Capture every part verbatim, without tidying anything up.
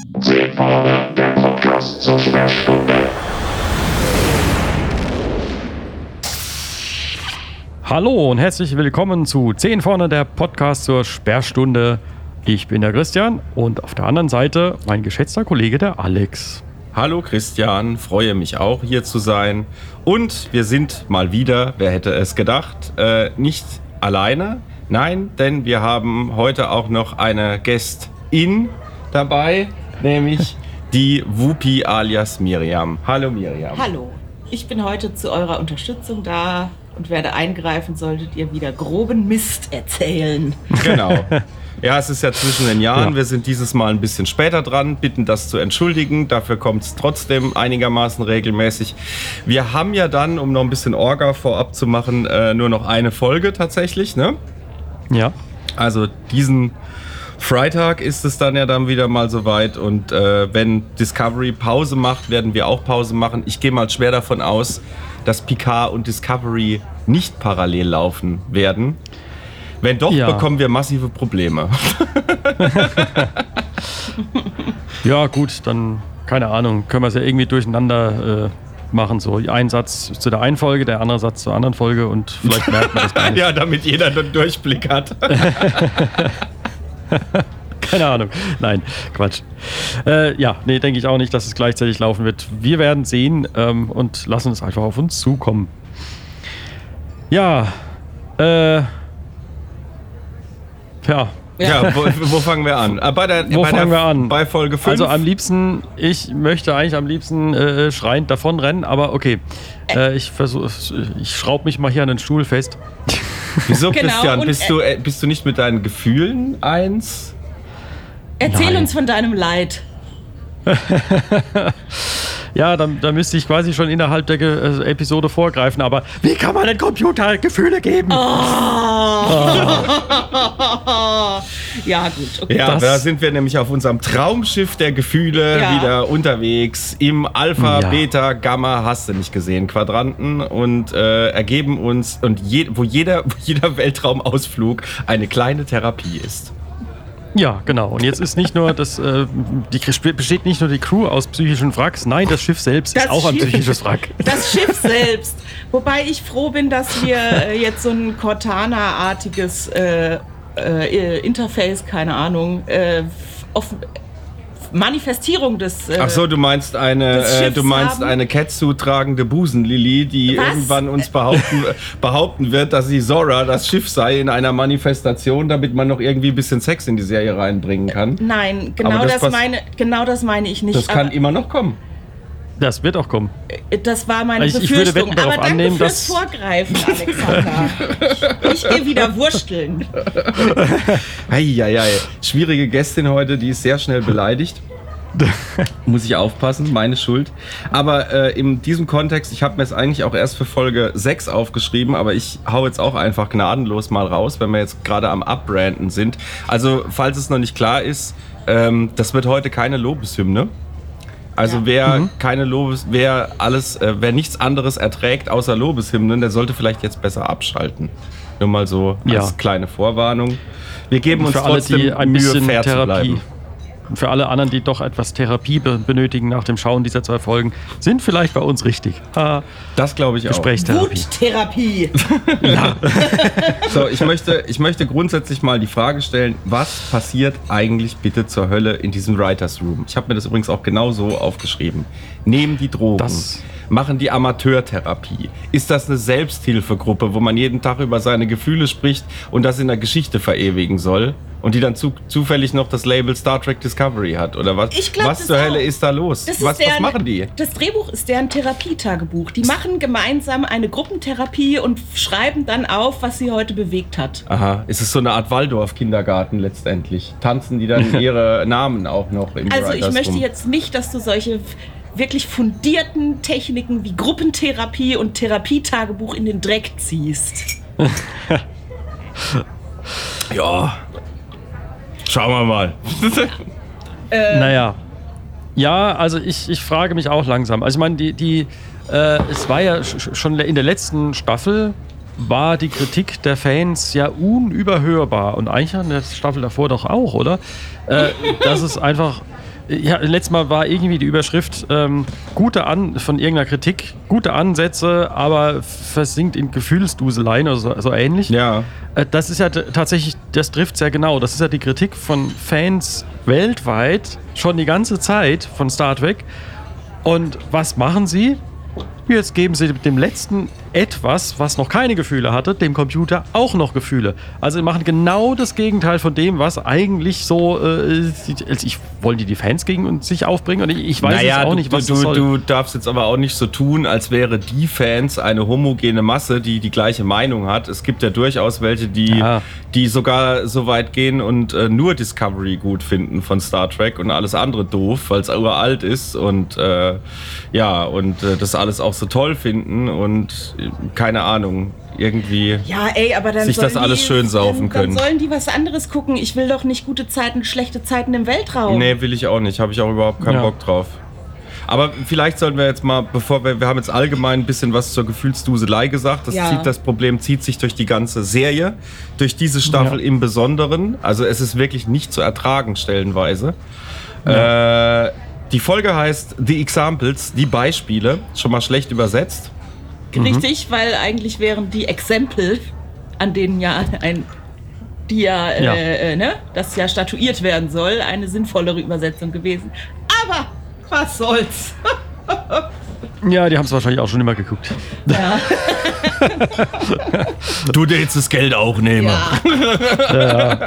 Zehn Vorne, der Podcast zur Sperrstunde. Hallo und herzlich willkommen zu zehn vorne, der Podcast zur Sperrstunde. Ich bin der Christian und auf der anderen Seite mein geschätzter Kollege, der Alex. Hallo Christian, freue mich auch hier zu sein. Und wir sind mal wieder, wer hätte es gedacht, äh, nicht alleine. Nein, denn wir haben heute auch noch eine Gästin dabei, nämlich die Whoopi alias Miriam. Hallo Miriam. Hallo, ich bin heute zu eurer Unterstützung da und werde eingreifen, solltet ihr wieder groben Mist erzählen. Genau. Ja, es ist ja zwischen den Jahren. Ja. Wir sind dieses Mal ein bisschen später dran, bitten das zu entschuldigen. Dafür kommt es trotzdem einigermaßen regelmäßig. Wir haben ja dann, um noch ein bisschen Orga vorab zu machen, äh, nur noch eine Folge tatsächlich, ne? Ja. Also diesen Freitag ist es dann ja dann wieder mal soweit. Und äh, wenn Discovery Pause macht, werden wir auch Pause machen. Ich gehe mal schwer davon aus, dass Picard und Discovery nicht parallel laufen werden. Wenn doch, Ja. bekommen wir massive Probleme. Ja gut, dann keine Ahnung, können wir es ja irgendwie durcheinander äh, machen. So ein Satz zu der einen Folge, der andere Satz zur anderen Folge und vielleicht merkt man das gar nicht. Ja, damit jeder einen Durchblick hat. Keine Ahnung. Nein, Quatsch. Äh, ja, nee, denke ich auch nicht, dass es gleichzeitig laufen wird. Wir werden sehen ähm, und lassen es einfach auf uns zukommen. Ja, äh, ja. Ja, wo, wo fangen wir an? Ah, Bei der, Wo bei fangen der, wir an? Bei Folge fünf. Also am liebsten, ich möchte eigentlich am liebsten äh, schreiend davonrennen, aber okay. Äh, ich versuche, ich schraube mich mal hier an den Stuhl fest. Wieso, Genau, Christian? und, Bist du, äh, bist du nicht mit deinen Gefühlen eins? Erzähl Nein. uns von deinem Leid. Ja, dann, dann müsste ich quasi schon innerhalb der Ge äh, Episode vorgreifen, aber wie kann man einem Computer Gefühle geben? Ja, gut, okay. Ja, Das- da sind wir nämlich auf unserem Traumschiff der Gefühle Ja. wieder unterwegs im Alpha, Ja. Beta, Gamma, hast du nicht gesehen, Quadranten und äh, ergeben uns, und je, wo, jeder, wo jeder Weltraumausflug eine kleine Therapie ist. Ja, genau. Und jetzt ist nicht nur das, äh, die, besteht nicht nur die Crew aus psychischen Wracks, nein, das Schiff selbst Das ist auch ein Schiff- psychisches Wrack. Das Schiff selbst. Wobei ich froh bin, dass wir äh, jetzt so ein Cortana-artiges äh, äh, Interface, keine Ahnung, äh, offen, Manifestierung des... Äh, Ach so, du meinst eine, des äh, Schiffs du meinst haben. eine Catsuit tragende Busenlili, die Was? irgendwann uns behaupten, behaupten wird, dass sie Zora das Schiff sei in einer Manifestation, damit man noch irgendwie ein bisschen Sex in die Serie reinbringen kann. Nein, genau Aber das das, pass- meine, genau das meine ich nicht. Das kann aber, immer noch kommen. Das wird auch kommen. das war meine Also ich- ich würde Befürchtung. wetten, darauf aber danke annehmen, fürs dass- Vorgreifen, Alexander. Ich gehe wieder wursteln. Eieiei. Schwierige Gästin heute, die ist sehr schnell beleidigt. Muss ich aufpassen, meine Schuld. Aber äh, in diesem Kontext, ich habe mir es eigentlich auch erst für Folge sechs aufgeschrieben, aber ich hau jetzt auch einfach gnadenlos mal raus, wenn wir jetzt gerade am Upbranden sind. Also, falls es noch nicht klar ist, ähm, das wird heute keine Lobeshymne. Also Ja. wer keine Lobes, wer alles, äh, wer nichts anderes erträgt außer Lobeshymnen, der sollte vielleicht jetzt besser abschalten. Nur mal so als Ja. kleine Vorwarnung. Wir geben uns Für alle, trotzdem die ein Mühe, bisschen fair zu Therapie. bleiben. Und für alle anderen, die doch etwas Therapie be- benötigen nach dem Schauen dieser zwei Folgen, sind vielleicht bei uns richtig. Ha, Das glaube ich auch. Gesprächstherapie. Wuttherapie. So, ich möchte, ich möchte grundsätzlich mal die Frage stellen, was passiert eigentlich bitte zur Hölle in diesem Writers Room? Ich habe mir das übrigens auch genau so aufgeschrieben. Nehmen die Drogen, Das- machen die Amateurtherapie. Ist das eine Selbsthilfegruppe, wo man jeden Tag über seine Gefühle spricht und das in der Geschichte verewigen soll? Und die dann zu, zufällig noch das Label Star Trek Discovery hat? Oder was? Ich glaub, was das zur auch. Hölle ist da los? Das ist Was, was deren- machen die? Das Drehbuch ist deren Therapietagebuch. Die machen gemeinsam eine Gruppentherapie und schreiben dann auf, was sie heute bewegt hat. Aha, ist es so eine Art Waldorf-Kindergarten letztendlich? Tanzen die dann ihre Namen auch noch im Also ich Writers möchte Room? jetzt nicht, dass du solche wirklich fundierten Techniken wie Gruppentherapie und Therapietagebuch in den Dreck ziehst. Ja. Schauen wir mal. Naja. Ja, also ich, ich frage mich auch langsam. Also ich meine, die, die, äh, es war ja sch- schon in der letzten Staffel war die Kritik der Fans ja unüberhörbar und eigentlich in der Staffel davor doch auch, oder? Äh, dass es einfach ja, letztes Mal war irgendwie die Überschrift ähm, gute An von irgendeiner Kritik, gute Ansätze, aber versinkt in Gefühlsduseleien oder so, so ähnlich. Ja. Äh, das ist ja t- tatsächlich, das trifft sehr genau. Das ist ja die Kritik von Fans weltweit schon die ganze Zeit von Star Trek. Und was machen sie? Jetzt geben sie dem letzten etwas, was noch keine Gefühle hatte, dem Computer auch noch Gefühle. Also sie machen genau das Gegenteil von dem, was eigentlich so, äh, also ich wollen die die Fans gegen sich aufbringen und ich, ich weiß naja, jetzt auch du, nicht, was du, das soll. Du darfst jetzt aber auch nicht so tun, als wäre die Fans eine homogene Masse, die die gleiche Meinung hat. Es gibt ja durchaus welche, die, Ja. die sogar so weit gehen und äh, nur Discovery gut finden von Star Trek und alles andere doof, weil es uralt ist und äh, ja, und äh, das alles auch so toll finden und äh, keine Ahnung, irgendwie Ja, ey, aber dann sich das sollen alles die, schön saufen dann, können. Dann sollen die was anderes gucken. Ich will doch nicht gute Zeiten, schlechte Zeiten im Weltraum. Nee, will ich auch nicht. Habe ich auch überhaupt keinen Ja. Bock drauf. Aber vielleicht sollten wir jetzt mal, bevor wir, wir haben jetzt allgemein ein bisschen was zur Gefühlsduselei gesagt. Das, Ja. zieht, das Problem zieht sich durch die ganze Serie, durch diese Staffel Ja. im Besonderen. Also es ist wirklich nicht zu ertragen stellenweise. Äh, die Folge heißt The Examples, die Beispiele. Schon mal schlecht übersetzt. Richtig, weil eigentlich wären die Exempel, an denen ja ein, die ja, Ja. Äh, äh, ne, das ja statuiert werden soll, eine sinnvollere Übersetzung gewesen. Aber was soll's? Ja, die haben es wahrscheinlich auch schon immer geguckt. Ja. Du dir jetzt das Geld auch nehmen. Ja.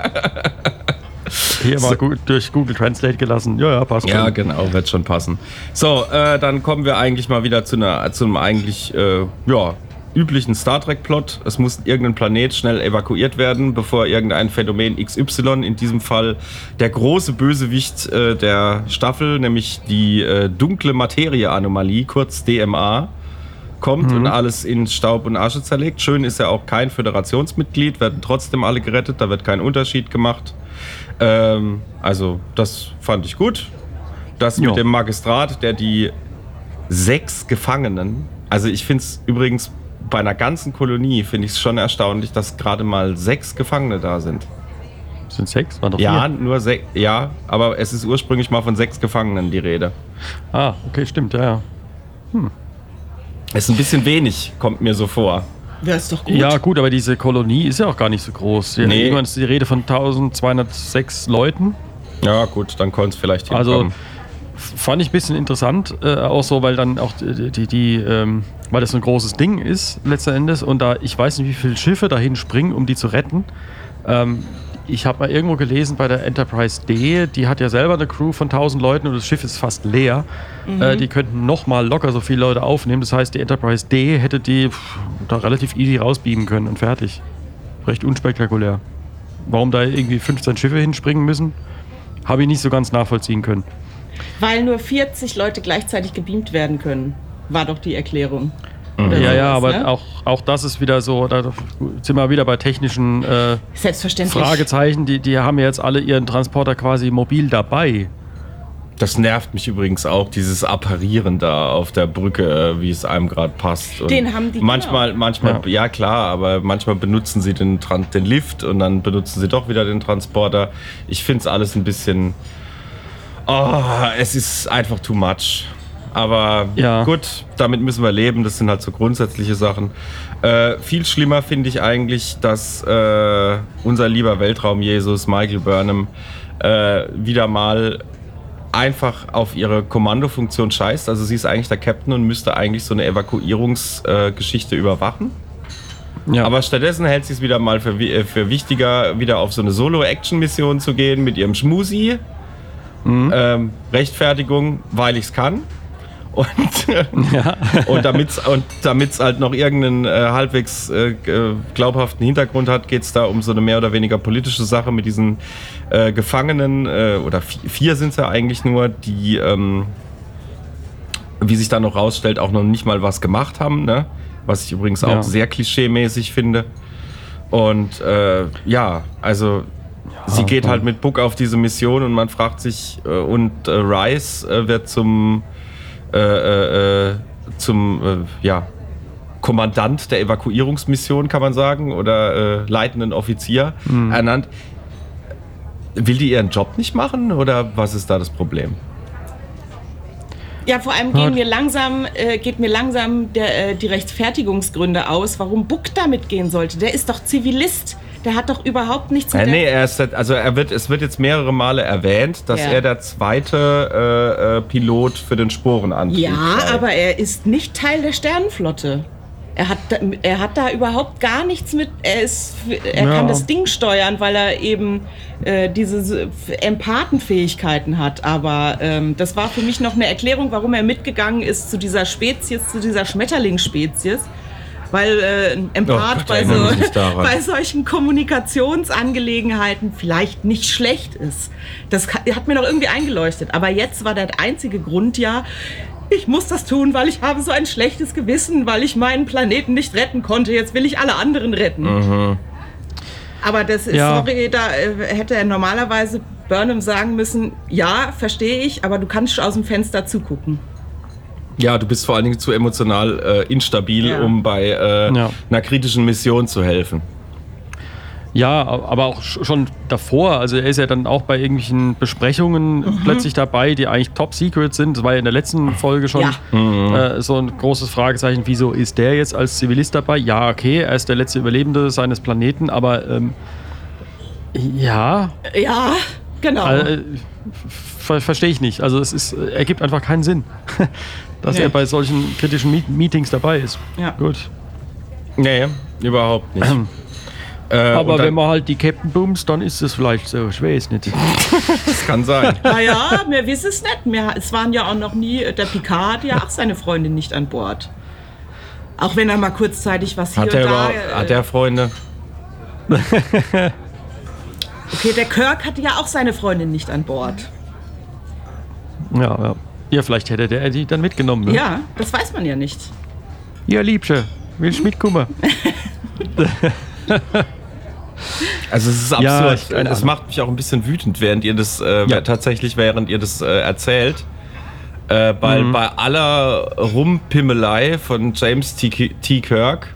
Hier mal gut durch Google Translate gelassen. Ja, ja, passt Ja, schon. genau, wird schon passen. So, äh, dann kommen wir eigentlich mal wieder zu, einer, zu einem eigentlich äh, ja, üblichen Star Trek-Plot. Es muss irgendein Planet schnell evakuiert werden, bevor irgendein Phänomen X Y, in diesem Fall der große Bösewicht äh, der Staffel, nämlich die äh, dunkle Materie-Anomalie, kurz D M A, kommt und alles in Staub und Asche zerlegt. Schön ist ja auch kein Föderationsmitglied, werden trotzdem alle gerettet, da wird kein Unterschied gemacht. Ähm, also das fand ich gut. Das Ja. mit dem Magistrat, der die sechs Gefangenen, also ich finde es übrigens bei einer ganzen Kolonie, finde ich es schon erstaunlich, dass gerade mal sechs Gefangene da sind. Sind sechs? Waren doch Ja, vier. nur sechs, ja, aber es ist ursprünglich mal von sechs Gefangenen die Rede. Ah, okay, stimmt, ja, ja. Es ist ein bisschen wenig, kommt mir so vor. Wäre es doch gut. Ja, gut, aber diese Kolonie ist ja auch gar nicht so groß. Ja, Nee. Irgendwann ist die Rede von eintausendzweihundertsechs Leuten. Ja, gut, dann konnte es vielleicht Also hinkommen. f- fand ich ein bisschen interessant, äh, auch so, weil dann auch die, die, die ähm, weil das so ein großes Ding ist, letzten Endes. Und da, ich weiß nicht, wie viele Schiffe dahin springen, um die zu retten. Ähm, ich habe mal irgendwo gelesen bei der Enterprise D, die hat ja selber eine Crew von tausend Leuten und das Schiff ist fast leer. Äh, die könnten noch mal locker so viele Leute aufnehmen. Das heißt, die Enterprise D hätte die pff, da relativ easy rausbeamen können und fertig. Recht unspektakulär. Warum da irgendwie fünfzehn Schiffe hinspringen müssen, habe ich nicht so ganz nachvollziehen können. Weil nur vierzig Leute gleichzeitig gebeamt werden können, war doch die Erklärung. Oder Ja, ja, sowas, aber ne? auch, auch das ist wieder so, da sind wir wieder bei technischen äh, Selbstverständlich. Fragezeichen. Die, die haben ja jetzt alle ihren Transporter quasi mobil dabei. Das nervt mich übrigens auch, dieses Apparieren da auf der Brücke, äh, wie es einem gerade passt. Und Den haben die manchmal, genau. manchmal, ja. ja klar, aber manchmal benutzen sie den, Tran- den Lift und dann benutzen sie doch wieder den Transporter. Ich finde es alles ein bisschen, oh, es ist einfach too much. Aber Ja. gut, damit müssen wir leben. Das sind halt so grundsätzliche Sachen. Äh, viel schlimmer finde ich eigentlich, dass äh, unser lieber Weltraum-Jesus Michael Burnham äh, wieder mal einfach auf ihre Kommandofunktion scheißt. Also sie ist eigentlich der Captain und müsste eigentlich so eine Evakuierungsgeschichte äh, überwachen. Ja. Aber stattdessen hält sie es wieder mal für, wi- äh, für wichtiger, wieder auf so eine Solo-Action-Mission zu gehen mit ihrem Schmusi. Ähm, Rechtfertigung, weil ich es kann. Und, und damit es und damit's halt noch irgendeinen äh, halbwegs äh, g- glaubhaften Hintergrund hat, geht es da um so eine mehr oder weniger politische Sache mit diesen äh, Gefangenen, äh, oder vi- vier sind es ja eigentlich nur, die, ähm, wie sich dann noch rausstellt, auch noch nicht mal was gemacht haben, ne? Was ich übrigens auch Ja. sehr klischee-mäßig finde. Und äh, ja, also sie geht halt mit Book auf diese Mission und man fragt sich, äh, und äh, Rice äh, wird zum äh, äh, zum äh, ja, Kommandant der Evakuierungsmission, kann man sagen, oder äh, leitenden Offizier ernannt. will die ihren Job nicht machen oder was ist da das Problem? Ja, vor allem gehen mir langsam, äh, geht mir langsam der, äh, die Rechtfertigungsgründe aus, warum Buck da mitgehen sollte. Der ist doch Zivilist. Der hat doch überhaupt nichts mit äh, der... Nee, er ist, also er wird, es wird jetzt mehrere Male erwähnt, dass Ja. er der zweite äh, äh, Pilot für den Sporenantrieb Ja, sei. aber er ist nicht Teil der Sternenflotte. Er hat, da, er hat da überhaupt gar nichts mit. Er, ist, er Ja. kann das Ding steuern, weil er eben äh, diese Empathenfähigkeiten hat. Aber ähm, das war für mich noch eine Erklärung, warum er mitgegangen ist zu dieser Spezies, zu dieser Schmetterlingsspezies. Weil äh, ein Empath Oh Gott, bei, erinnere so, mich nicht daran. bei solchen Kommunikationsangelegenheiten vielleicht nicht schlecht ist. Das hat mir noch irgendwie eingeleuchtet. Aber jetzt war der einzige Grund ja, ich muss das tun, weil ich habe so ein schlechtes Gewissen, weil ich meinen Planeten nicht retten konnte. Jetzt will ich alle anderen retten. Mhm. Aber das ist, Ja. sorry, da äh, hätte er normalerweise Burnham sagen müssen, ja, verstehe ich, aber du kannst aus dem Fenster zugucken. Ja, du bist vor allen Dingen zu emotional äh, instabil, Ja. um bei äh, Ja. einer kritischen Mission zu helfen. Ja, aber auch sch- schon davor. Also er ist ja dann auch bei irgendwelchen Besprechungen Mhm. plötzlich dabei, die eigentlich top secret sind. Das war ja in der letzten Folge schon Ja. äh, so ein großes Fragezeichen. Wieso ist der jetzt als Zivilist dabei? Ja, okay, er ist der letzte Überlebende seines Planeten, aber ähm, ja, Ja, genau. äh, ver verstehe ich nicht. Also es ist, äh, ergibt einfach keinen Sinn, dass Nee. er bei solchen kritischen Meet Meetings dabei ist. Ja. Gut. Nee, überhaupt nicht. äh, Aber und dann, wenn man halt die Captain bumst, dann ist es vielleicht so. Ich weiß nicht. das kann sein. Naja, wir wissen es nicht. Wir, es waren ja auch noch nie, der Picard hatte ja auch seine Freundin nicht an Bord. Auch wenn er mal kurzzeitig was hier Hat und er da... überhaupt, äh, hat er Freunde? Okay, der Kirk hatte ja auch seine Freundin nicht an Bord. Ja, ja. Ja, vielleicht hätte der die dann mitgenommen. Ne? Ja, das weiß man ja nicht. Ja, Liebsche, willst du mitkommen? Also es ist Ja, absurd. ich- keine Es Ahnung. macht mich auch ein bisschen wütend, während ihr das äh, Ja. tatsächlich während ihr das äh, erzählt. Äh, weil Mhm. bei aller Rumpimmelei von James T. K- T. Kirk,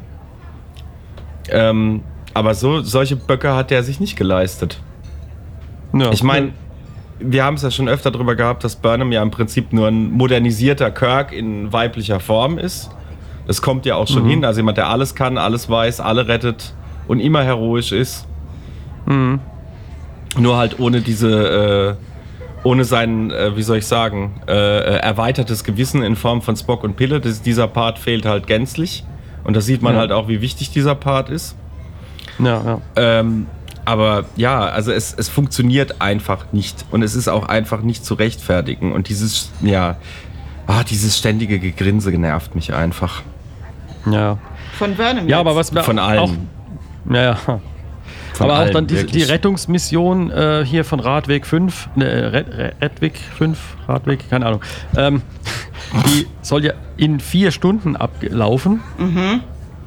ähm, aber so solche Böcke hat er sich nicht geleistet. Ja. Ich meine, wir haben es ja schon öfter darüber gehabt, dass Burnham ja im Prinzip nur ein modernisierter Kirk in weiblicher Form ist. Das kommt ja auch schon hin. Also jemand, der alles kann, alles weiß, alle rettet und immer heroisch ist. Mhm. Nur halt ohne diese, äh, ohne sein, äh, wie soll ich sagen, äh, äh, erweitertes Gewissen in Form von Spock und Pille. Das, dieser Part fehlt halt gänzlich. Und da sieht man Ja. halt auch, wie wichtig dieser Part ist. Ja, ja. Ähm, aber ja, also es, es funktioniert einfach nicht. Und es ist auch einfach nicht zu rechtfertigen. Und dieses, ja, ah, dieses ständige Gegrinse nervt mich einfach. Ja, Von Burnham ja jetzt. aber was wir Von auch, allen. ja, ja. Von aber auch allen, dann die, die wirklich. Rettungsmission äh, hier von Radweg fünf, ne, Red, Redwig fünf, Radweg, keine Ahnung. Ähm, die soll ja in vier Stunden ablaufen. Mhm.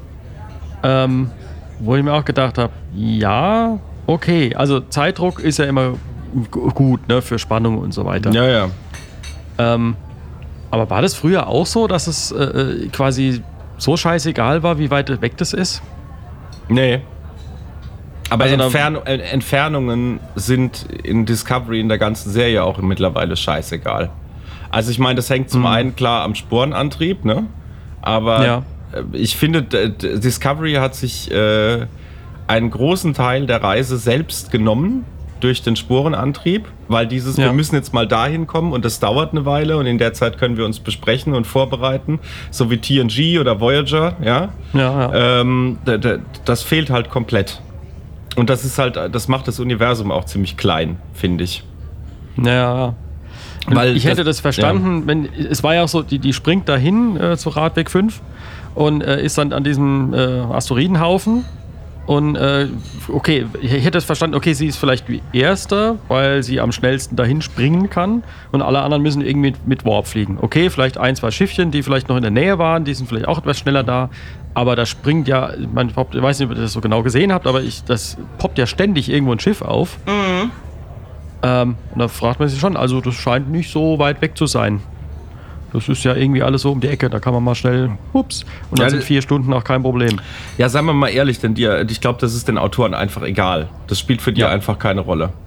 Ähm, wo ich mir auch gedacht habe, ja, okay, also Zeitdruck ist ja immer gu- gut, ne, für Spannung und so weiter. Ja, ja. Ähm, aber war das früher auch so, dass es äh, quasi so scheißegal war, wie weit weg das ist? Nee. Aber Also da- Entfern äh, Entfernungen sind in Discovery in der ganzen Serie auch mittlerweile scheißegal. Also ich meine, das hängt zum Mhm. einen klar am Sporenantrieb, ne? Aber Ja. äh, ich finde, d- d- Discovery hat sich äh, einen großen Teil der Reise selbst genommen durch den Sporenantrieb, weil dieses, Ja. wir müssen jetzt mal dahin kommen und das dauert eine Weile und in der Zeit können wir uns besprechen und vorbereiten, so wie T N G oder Voyager, ja. Ja, ja. Ähm, d- d- das fehlt halt komplett. Und das ist halt, das macht das Universum auch ziemlich klein, finde ich. Ja, ja. Und Weil ich hätte das- das verstanden, wenn es war ja auch so, die, die springt dahin äh, zu Radweg fünf und äh, ist dann an diesem äh, Asteroidenhaufen und äh, okay, ich hätte das verstanden, okay, sie ist vielleicht die Erste, weil sie am schnellsten dahin springen kann und alle anderen müssen irgendwie mit, mit Warp fliegen. Okay, vielleicht ein, zwei Schiffchen, die vielleicht noch in der Nähe waren, die sind vielleicht auch etwas schneller da, aber da springt ja, man, ich weiß nicht, ob ihr das so genau gesehen habt, aber ich, das poppt ja ständig irgendwo ein Schiff auf. Mhm. Ähm, und da fragt man sich schon, also das scheint nicht so weit weg zu sein. Das ist ja irgendwie alles so um die Ecke, da kann man mal schnell, ups, und dann Ja, sind das- vier Stunden auch kein Problem. Ja, seien wir mal ehrlich, denn dir, ich glaube, das ist den Autoren einfach egal. Das spielt für die Ja. einfach keine Rolle.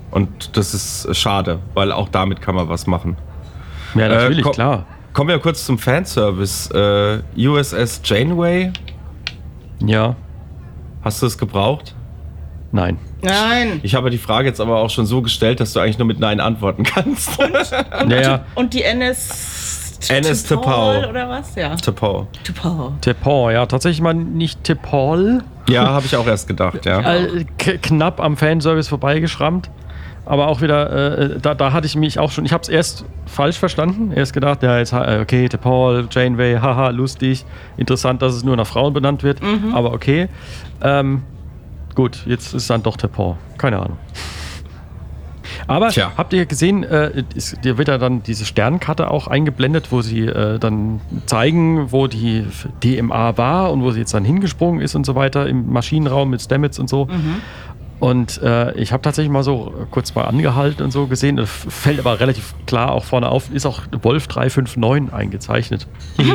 Und das ist schade, weil auch damit kann man was machen. Ja, natürlich, Äh, komm- klar. Kommen wir kurz zum Fanservice. Äh, U S S Janeway, Ja, hast du es gebraucht? nein. Nein. Ich habe die Frage jetzt aber auch schon so gestellt, dass du eigentlich nur mit Nein antworten kannst. Und, Ja, ja. und die N S... N S T'Pol T'Pol. oder was? Ja. T'Pol. T'Pol. T'Pol, ja, tatsächlich mal nicht T'Pol. Ja, habe ich auch erst gedacht, ja. Äh, k- knapp am Fanservice vorbeigeschrammt. Aber auch wieder, äh, da, da hatte ich mich auch schon, ich habe es erst falsch verstanden. Erst gedacht, ja, jetzt, äh, okay, T'Pol, Janeway, haha, lustig. Interessant, dass es nur nach Frauen benannt wird. Aber okay. Ähm, gut, jetzt ist dann doch T'Pol. Keine Ahnung. Aber Tja. habt ihr gesehen, äh, ist, dir wird ja dann diese Sternkarte auch eingeblendet, wo sie äh, dann zeigen, wo die D M A war und wo sie jetzt dann hingesprungen ist und so weiter im Maschinenraum mit Stamets und so. Und äh, ich habe tatsächlich mal so kurz mal angehalten und so gesehen, das fällt aber relativ klar auch vorne auf, ist auch Wolf drei fünf neun eingezeichnet.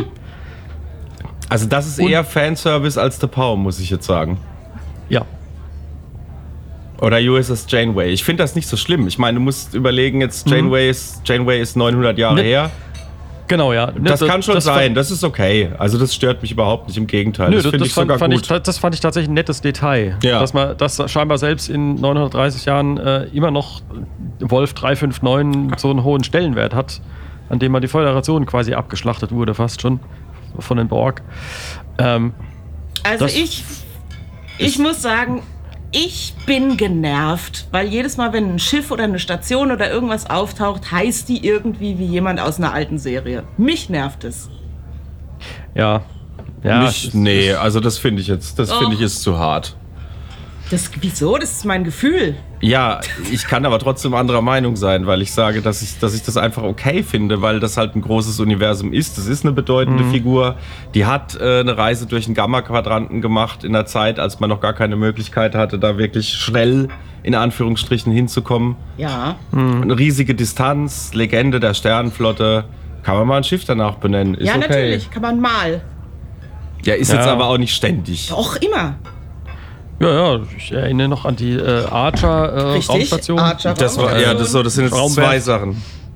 Also das ist Und- eher Fanservice als T'Pol, muss ich jetzt sagen. Ja, Oder U S S Janeway. Ich finde das nicht so schlimm. Ich meine, du musst überlegen, jetzt Janeway ist, Janeway ist neunhundert Jahre Ne, her. genau, ja. Das kann schon das sein, fand- das ist okay. Also das stört mich überhaupt nicht, im Gegenteil. Nö, das das, finde das, ich fand, sogar fand gut. ich, ta- das fand ich tatsächlich ein nettes Detail. Ja. Dass man dass scheinbar selbst in neunhundertdreißig Jahren äh, immer noch Wolf drei fünf neun so einen hohen Stellenwert hat, an dem man die Föderation quasi abgeschlachtet wurde, fast schon von den Borg. Ähm, Also Das ich, ich muss sagen, ich bin genervt, weil jedes Mal, wenn ein Schiff oder eine Station oder irgendwas auftaucht, heißt die irgendwie wie jemand aus einer alten Serie. Mich nervt es. ja. ja es nicht, ist- nee, also das finde ich jetzt, das finde Och. ich ist zu hart. Das, wieso? Das ist mein Gefühl. Ja, ich kann aber trotzdem anderer Meinung sein, weil ich sage, dass ich, dass ich das einfach okay finde, weil das halt ein großes Universum ist. Das ist eine bedeutende Figur. Die hat äh, eine Reise durch den Gamma-Quadranten gemacht in der Zeit, als man noch gar keine Möglichkeit hatte, da wirklich schnell in Anführungsstrichen hinzukommen. Ja. Eine riesige Distanz, Legende der Sternenflotte. Kann man mal ein Schiff danach benennen. Ist ja, okay. natürlich. Kann man mal. Ja, ist Ja. jetzt aber auch nicht ständig. Doch, immer. Ja, ja, ich erinnere noch an die äh, Archer äh, Richtig. Raumstation. Archer Das war, ja, das, so, das sind jetzt Raumwerk. zwei Sachen.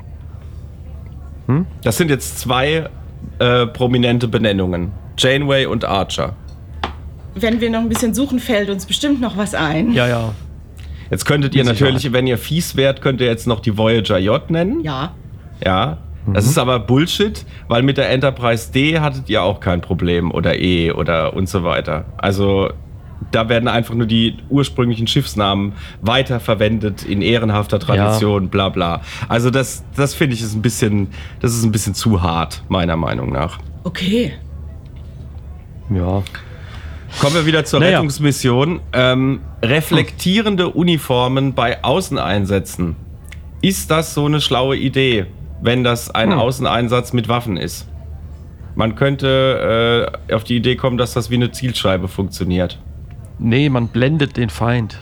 Das sind jetzt zwei äh, prominente Benennungen. Janeway und Archer. Wenn wir noch ein bisschen suchen, fällt uns bestimmt noch was ein. Ja, ja. Jetzt könntet ihr Mit natürlich, Sicherheit. wenn ihr fies wärt, könnt ihr jetzt noch die Voyager J nennen. Ja. Ja. Das ist aber Bullshit, weil mit der Enterprise D hattet ihr auch kein Problem oder E oder und so weiter. Also da werden einfach nur die ursprünglichen Schiffsnamen weiterverwendet in ehrenhafter Tradition, bla bla. Also das, das finde ich ist ein bisschen, das ist ein bisschen zu hart, meiner Meinung nach. Okay. Ja. Kommen wir wieder zur Naja. Rettungsmission. Ähm, reflektierende Uniformen bei Außeneinsätzen. Ist das so eine schlaue Idee, wenn das ein Hm. Außeneinsatz mit Waffen ist? Man könnte äh, auf die Idee kommen, dass das wie eine Zielscheibe funktioniert. Nee, man blendet den Feind.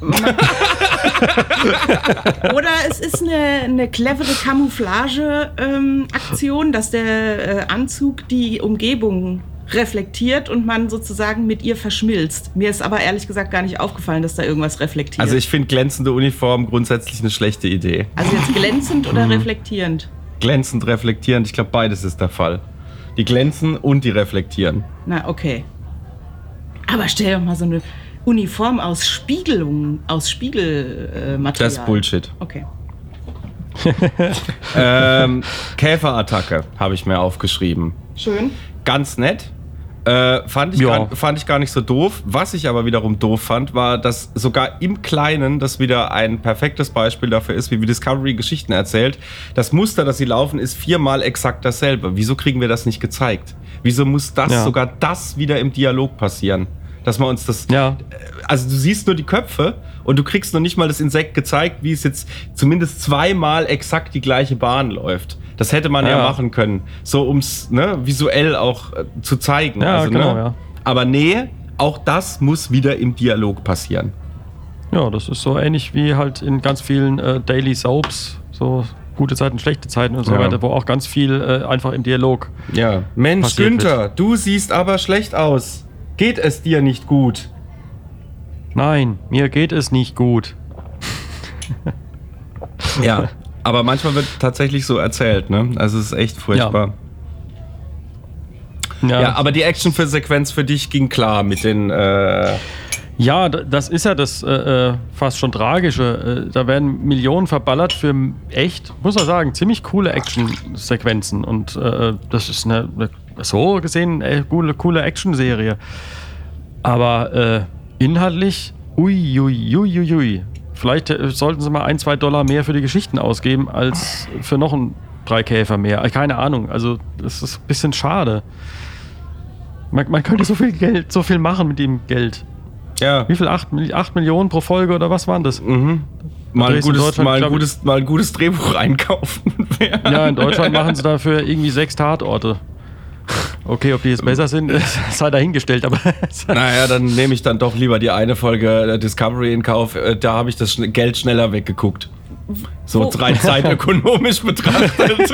Oder es ist eine, eine clevere Camouflage-Aktion, dass der äh, Anzug die Umgebung reflektiert und man sozusagen mit ihr verschmilzt. Mir ist aber ehrlich gesagt gar nicht aufgefallen, dass da irgendwas reflektiert. Also ich finde glänzende Uniform grundsätzlich eine schlechte Idee. Also jetzt glänzend oder reflektierend? Glänzend, reflektierend, ich glaube beides ist der Fall. Die glänzen und die reflektieren. Na, okay. Aber stell doch mal so eine Uniform aus Spiegelung, aus Spiegelmaterial. Äh, Material. Das ist Bullshit. Okay. ähm, Käferattacke habe ich mir aufgeschrieben. Schön. Ganz nett. Äh, fand, ich Ja. gar, fand ich gar nicht so doof. Was ich aber wiederum doof fand, war, dass sogar im Kleinen das wieder ein perfektes Beispiel dafür ist, wie wie Discovery Geschichten erzählt. Das Muster, das sie laufen, ist viermal exakt dasselbe. Wieso kriegen wir das nicht gezeigt? Wieso muss das Ja. sogar das wieder im Dialog passieren? Dass man uns das... Ja. Also du siehst nur die Köpfe und du kriegst noch nicht mal das Insekt gezeigt, wie es jetzt zumindest zweimal exakt die gleiche Bahn läuft. Das hätte man ja, Ja. machen können, so ums ne, visuell auch äh, zu zeigen. Ja, also, genau, ne? ja. Aber nee, auch das muss wieder im Dialog passieren. Ja, das ist so ähnlich wie halt in ganz vielen äh, Daily Soaps, so gute Zeiten, schlechte Zeiten und so Ja. weiter, wo auch ganz viel äh, einfach im Dialog. Ja. Mensch, Passiert Günther, du siehst aber schlecht aus. Geht es dir nicht gut? Nein, mir geht es nicht gut. Ja, aber manchmal wird tatsächlich so erzählt, ne? Also es ist echt furchtbar. Ja, Ja, ja, aber die Action-Sequenz für dich ging klar mit den... Äh, ja d- das ist ja das äh, äh, fast schon Tragische. Äh, da werden Millionen verballert für echt, muss man sagen, ziemlich coole Action-Sequenzen. Und äh, das ist eine, eine so gesehen äh, coole, coole Action-Serie. Aber äh, inhaltlich, ui, ui, ui, ui, ui. Vielleicht äh, sollten sie mal ein, zwei Dollar mehr für die Geschichten ausgeben, als für noch ein drei Käfer mehr. Äh, Keine Ahnung, also das ist ein bisschen schade. Man, man könnte so viel Geld, so viel machen mit dem Geld. ja, Wie viel? acht Millionen pro Folge oder was waren das? mhm. mal, ein drehst in gutes, Deutschland, mal, ein glaub ich- gutes, mal ein gutes Drehbuch einkaufen. Ja, in Deutschland machen sie dafür irgendwie sechs Tatorte. Okay, ob die jetzt besser sind, sei dahingestellt, aber Naja, dann nehme ich dann doch lieber die eine Folge Discovery in Kauf. Äh, Da habe ich das schn- Geld schneller weggeguckt. So Wo- rein zeitökonomisch betrachtet.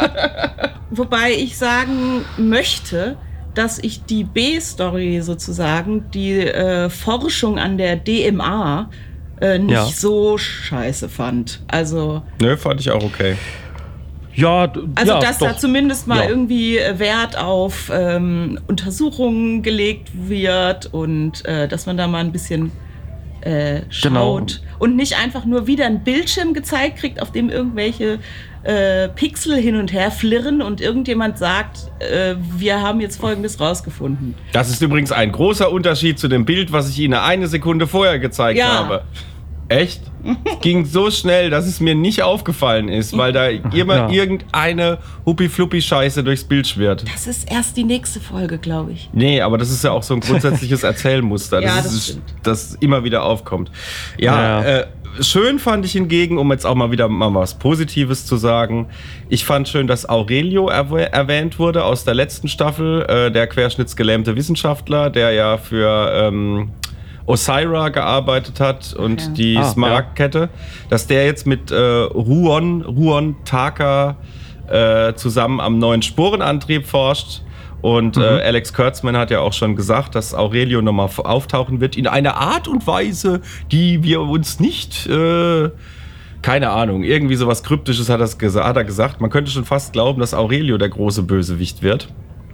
Wobei ich sagen möchte, dass ich die B-Story sozusagen, die äh, Forschung an der D M A, äh, nicht Ja. so scheiße fand. Also, Nö, fand ich auch okay. ja, d- also ja, dass doch. da zumindest mal Ja. irgendwie Wert auf ähm, Untersuchungen gelegt wird und äh, dass man da mal ein bisschen äh, schaut und nicht einfach nur wieder einen Bildschirm gezeigt kriegt, auf dem irgendwelche äh, Pixel hin und her flirren und irgendjemand sagt, äh, wir haben jetzt Folgendes rausgefunden. Das ist übrigens ein großer Unterschied zu dem Bild, was ich Ihnen eine Sekunde vorher gezeigt Ja. habe. Echt? Es ging so schnell, dass es mir nicht aufgefallen ist, weil da immer Ja. irgendeine Huppi-Fluppi-Scheiße durchs Bild schwirrt. Das ist erst die nächste Folge, glaube ich. Nee, aber das ist ja auch so ein grundsätzliches Erzählmuster, Ja, das, das ist, stimmt. das immer wieder aufkommt. Ja, Ja. Äh, schön fand ich hingegen, um jetzt auch mal wieder mal was Positives zu sagen, ich fand schön, dass Aurelio erwäh- erwähnt wurde aus der letzten Staffel, äh, der querschnittsgelähmte Wissenschaftler, der ja für ähm, Osira gearbeitet hat und Ja. die Ah, Smaragdkette, dass der jetzt mit äh, Ruon, Ruon Taka äh, zusammen am neuen Sporenantrieb forscht. Und äh, Alex Kurtzman hat ja auch schon gesagt, dass Aurelio nochmal auftauchen wird in einer Art und Weise, die wir uns nicht, äh, keine Ahnung, irgendwie sowas Kryptisches hat, das gesa- hat er gesagt. Man könnte schon fast glauben, dass Aurelio der große Bösewicht wird.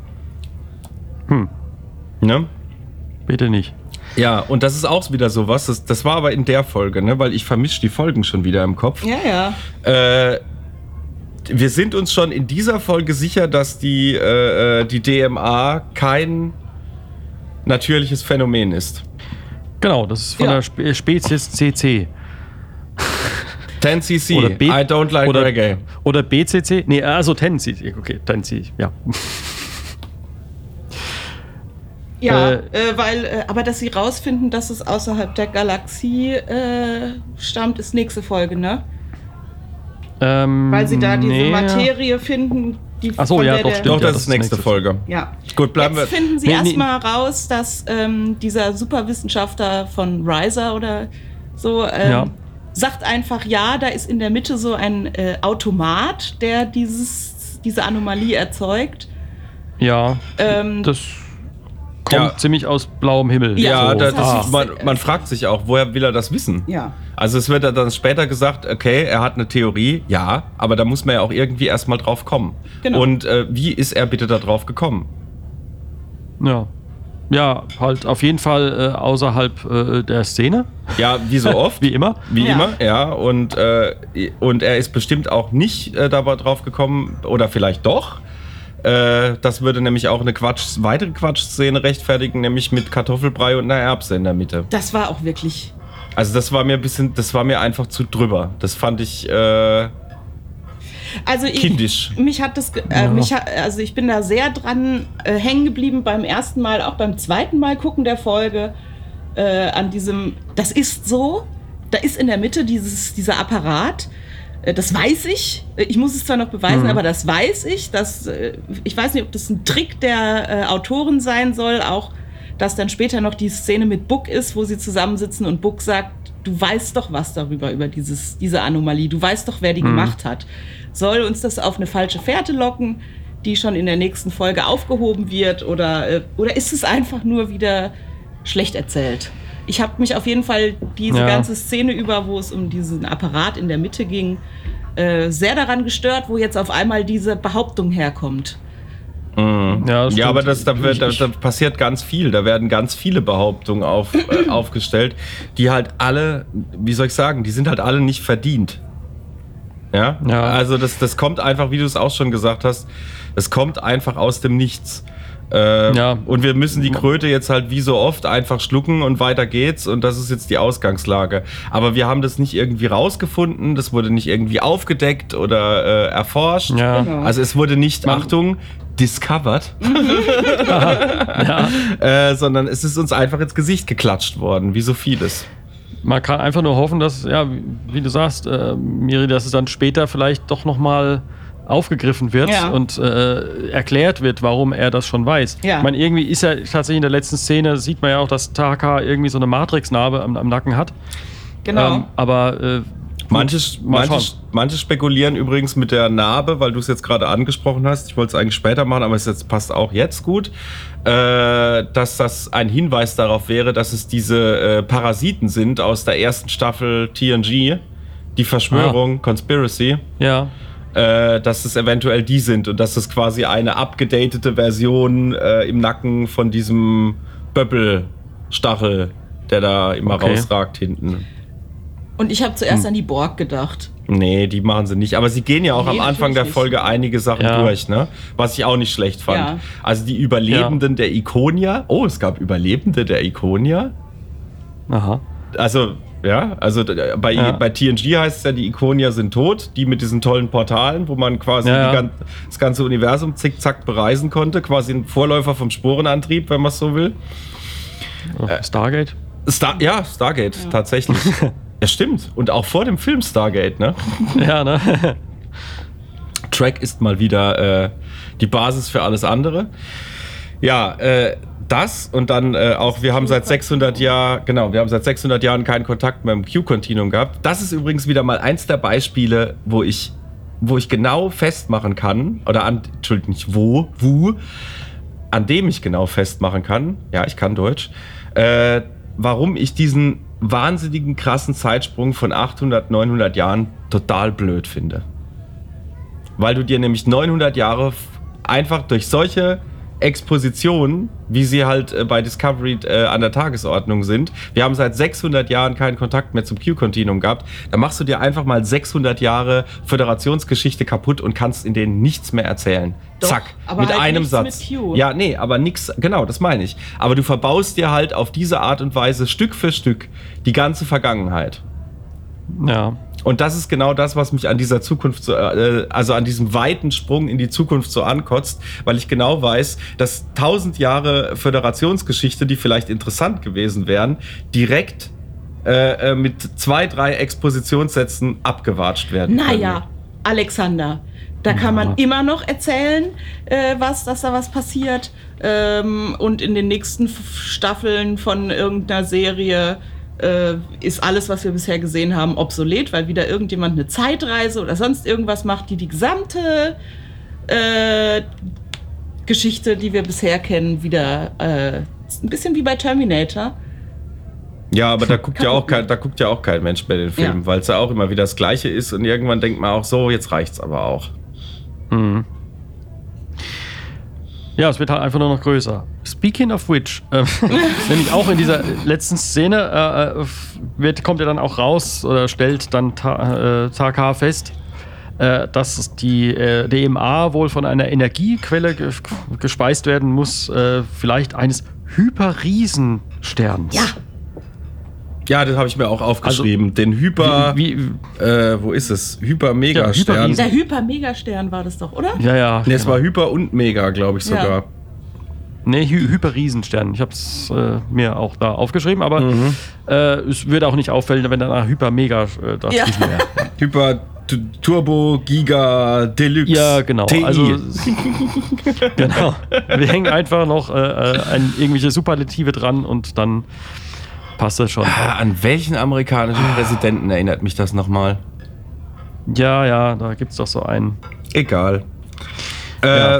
Hm. Ne? Bitte nicht. Ja, und das ist auch wieder sowas, das, das war aber in der Folge, ne? Weil ich vermische die Folgen schon wieder im Kopf. Ja, ja. Äh, wir sind uns schon in dieser Folge sicher, dass die, äh, die D M A kein natürliches Phänomen ist. Genau, das ist von Ja. der Spe Spezies C C. ten C C, Oder B- I don't like oder, Reggae. Oder B C C? Nee, also ten C C. Okay, ten C C, ja. Ja, Äh, äh, weil, äh, aber dass sie rausfinden, dass es außerhalb der Galaxie äh, stammt, ist nächste Folge, ne? Ähm, Weil sie da diese nee. Materie finden, die Ach so, von ja, der doch, der, stimmt. Doch, ja, das das ist nächste ist Folge. Ja. Gut, bleiben Jetzt wir. finden sie Nee, nee. erstmal raus, dass ähm, dieser Superwissenschaftler von Riser oder so ähm, Ja. sagt einfach, ja, da ist in der Mitte so ein äh, Automat, der dieses, diese Anomalie erzeugt. Ja, Ähm, das kommt Ja. ziemlich aus blauem Himmel. Ja, So. das, das Ah. ist, man, man fragt sich auch, woher will er das wissen? Ja. Also es wird ja dann später gesagt, okay, er hat eine Theorie, ja, aber da muss man ja auch irgendwie erstmal drauf kommen. Genau. Und äh, wie ist er bitte da drauf gekommen? Ja. Ja, halt auf jeden Fall äh, außerhalb äh, der Szene, Ja, wie so oft. wie immer. Wie Ja. immer, ja. Und, äh, und er ist bestimmt auch nicht äh, dabei drauf gekommen, oder vielleicht doch. Äh, das würde nämlich auch eine Quatsch, weitere Quatschszene rechtfertigen, nämlich mit Kartoffelbrei und einer Erbse in der Mitte. Das war auch wirklich. Also das war mir ein bisschen, das war mir einfach zu drüber. Das fand ich äh, Also ich, kindisch. mich hat das, ge- äh, mich ha, also ich bin da sehr dran äh, hängen geblieben beim ersten Mal, auch beim zweiten Mal gucken der Folge äh, an diesem. Das ist so. Da ist in der Mitte dieses dieser Apparat. Äh, das weiß ich. Äh, Ich muss es zwar noch beweisen, Mhm. aber das weiß ich. Dass, äh, ich weiß nicht, ob das ein Trick der äh, Autoren sein soll, auch dass dann später noch die Szene mit Book ist, wo sie zusammensitzen und Book sagt, du weißt doch was darüber, über dieses, diese Anomalie. Du weißt doch, wer die gemacht hat. Soll uns das auf eine falsche Fährte locken, die schon in der nächsten Folge aufgehoben wird? Oder, äh, oder ist es einfach nur wieder schlecht erzählt? ich habe mich auf jeden Fall diese Ja. ganze Szene über, wo es um diesen Apparat in der Mitte ging, äh, sehr daran gestört, wo jetzt auf einmal diese Behauptung herkommt. Mhm. Ja, das Ja, aber stimmt. das, da, wird, da, Ich- da passiert ganz viel. Da werden ganz viele Behauptungen auf, äh, aufgestellt, die halt alle, wie soll ich sagen, die sind halt alle nicht verdient. Ja, Ja. also das, das kommt einfach, wie du es auch schon gesagt hast, es kommt einfach aus dem Nichts. Äh, Ja. Und wir müssen die Kröte jetzt halt wie so oft einfach schlucken und weiter geht's und das ist jetzt die Ausgangslage. Aber wir haben das nicht irgendwie rausgefunden, das wurde nicht irgendwie aufgedeckt oder äh, erforscht. Ja. Genau. Also es wurde nicht, Man- Achtung, discovered, Ja. äh, sondern es ist uns einfach ins Gesicht geklatscht worden, wie so vieles. Man kann einfach nur hoffen, dass, ja, wie, wie du sagst, äh, Miri, dass es dann später vielleicht doch nochmal aufgegriffen wird Ja. und äh, erklärt wird, warum er das schon weiß. Ja. Ich meine, irgendwie ist er tatsächlich in der letzten Szene, sieht man ja auch, dass Taka irgendwie so eine Matrix-Narbe am, am Nacken hat. Genau. Ähm, aber äh, Manche, mal manche, manche spekulieren übrigens mit der Narbe, weil du es jetzt gerade angesprochen hast. Ich wollte es eigentlich später machen, aber es jetzt passt auch jetzt gut, äh, dass das ein Hinweis darauf wäre, dass es diese äh, Parasiten sind aus der ersten Staffel T N G, die Verschwörung, Conspiracy, ja. äh, dass es eventuell die sind und dass es quasi eine abgedatete Version äh, im Nacken von diesem Böppelstachel, der da immer Okay. rausragt hinten. Und ich habe zuerst Hm. an die Borg gedacht. Nee, die machen sie nicht. Aber sie gehen ja auch Nee, am Anfang der natürlich Folge einige Sachen Ja. durch, ne? Was ich auch nicht schlecht fand. Ja. Also die Überlebenden der Ikonia. Oh, es gab Überlebende der Ikonia. Aha. Also, ja, also d- bei, Ja. bei T N G heißt es ja, die Ikonia sind tot. Die mit diesen tollen Portalen, wo man quasi Ja, ja. die gan- das ganze Universum zickzack bereisen konnte. Quasi ein Vorläufer vom Sporenantrieb, wenn man es so will. Äh, Stargate? Star ja, Stargate, tatsächlich. Ja, stimmt. Und auch vor dem Film Stargate, ne? Ja, ne? Track ist mal wieder äh, die Basis für alles andere. Ja, äh, das und dann äh, auch, wir haben seit sechshundert Jahren, genau, wir haben seit sechshundert Jahren keinen Kontakt mehr im Q-Kontinuum gehabt. Das ist übrigens wieder mal eins der Beispiele, wo ich, wo ich genau festmachen kann, oder an, Entschuldigung, nicht wo, wo, an dem ich genau festmachen kann, ja, ich kann Deutsch, äh, warum ich diesen wahnsinnigen krassen Zeitsprung von achthundert, neunhundert Jahren total blöd finde. Weil du dir nämlich neunhundert Jahre f- einfach durch solche Expositionen, wie sie halt äh, bei Discovery äh, an der Tagesordnung sind. Wir haben seit sechshundert Jahren keinen Kontakt mehr zum Q-Kontinuum gehabt. Da machst du dir einfach mal sechshundert Jahre Föderationsgeschichte kaputt und kannst in denen nichts mehr erzählen. Doch, Zack, aber mit halt einem nichts Satz. mit Q. Ja, nee, aber nix, genau, das meine ich. Aber du verbaust dir halt auf diese Art und Weise Stück für Stück die ganze Vergangenheit. Ja. Und das ist genau das, was mich an dieser Zukunft, so, äh, also an diesem weiten Sprung in die Zukunft so ankotzt, weil ich genau weiß, dass tausend Jahre Föderationsgeschichte, die vielleicht interessant gewesen wären, direkt äh, äh, mit zwei, drei Expositionssätzen abgewatscht werden. Naja, Alexander, da kann man immer noch erzählen, äh, was, dass da was passiert. Ähm, und in den nächsten F- Staffeln von irgendeiner Serie äh, ist alles, was wir bisher gesehen haben, obsolet, weil wieder irgendjemand eine Zeitreise oder sonst irgendwas macht, die die gesamte äh, Geschichte, die wir bisher kennen, wieder äh, ein bisschen wie bei Terminator. Ja, aber da guckt ja auch kein, da guckt ja auch kein Mensch bei den Filmen, Ja. weil es ja auch immer wieder das Gleiche ist und irgendwann denkt man auch so, jetzt reicht's aber auch. Mhm. Ja, es wird halt einfach nur noch größer. Speaking of which, äh, nämlich auch in dieser letzten Szene äh, wird, kommt er dann auch raus oder stellt dann Ta äh, Taka fest, äh, dass die äh, D M A wohl von einer Energiequelle ge gespeist werden muss, äh, vielleicht eines Hyperriesensterns. Ja. Ja, das habe ich mir auch aufgeschrieben. Den Hyper, Wie, wie, äh, wo ist es? Hyper-Mega-Stern. Ja, Hyper- Der Hyper-Megastern war das doch, oder? ja, ja. Nee, es genau. war Hyper und Mega, glaube ich Ja. sogar. Nee, Hy Hyperriesenstern. Ich habe es äh, mir auch da aufgeschrieben, aber Mhm. äh, es würde auch nicht auffällen, wenn da Hyper-Mega äh, dazwischen Ja. wäre. Hyper T- Turbo Giga Deluxe. Ja, genau. T I. Also, genau. Wir hängen einfach noch äh, äh, ein, irgendwelche Superlative dran und dann passt das schon. Ah, an welchen amerikanischen Präsidenten erinnert mich das nochmal? Ja, ja, da gibt es doch so einen. Egal. Äh, Ja. äh,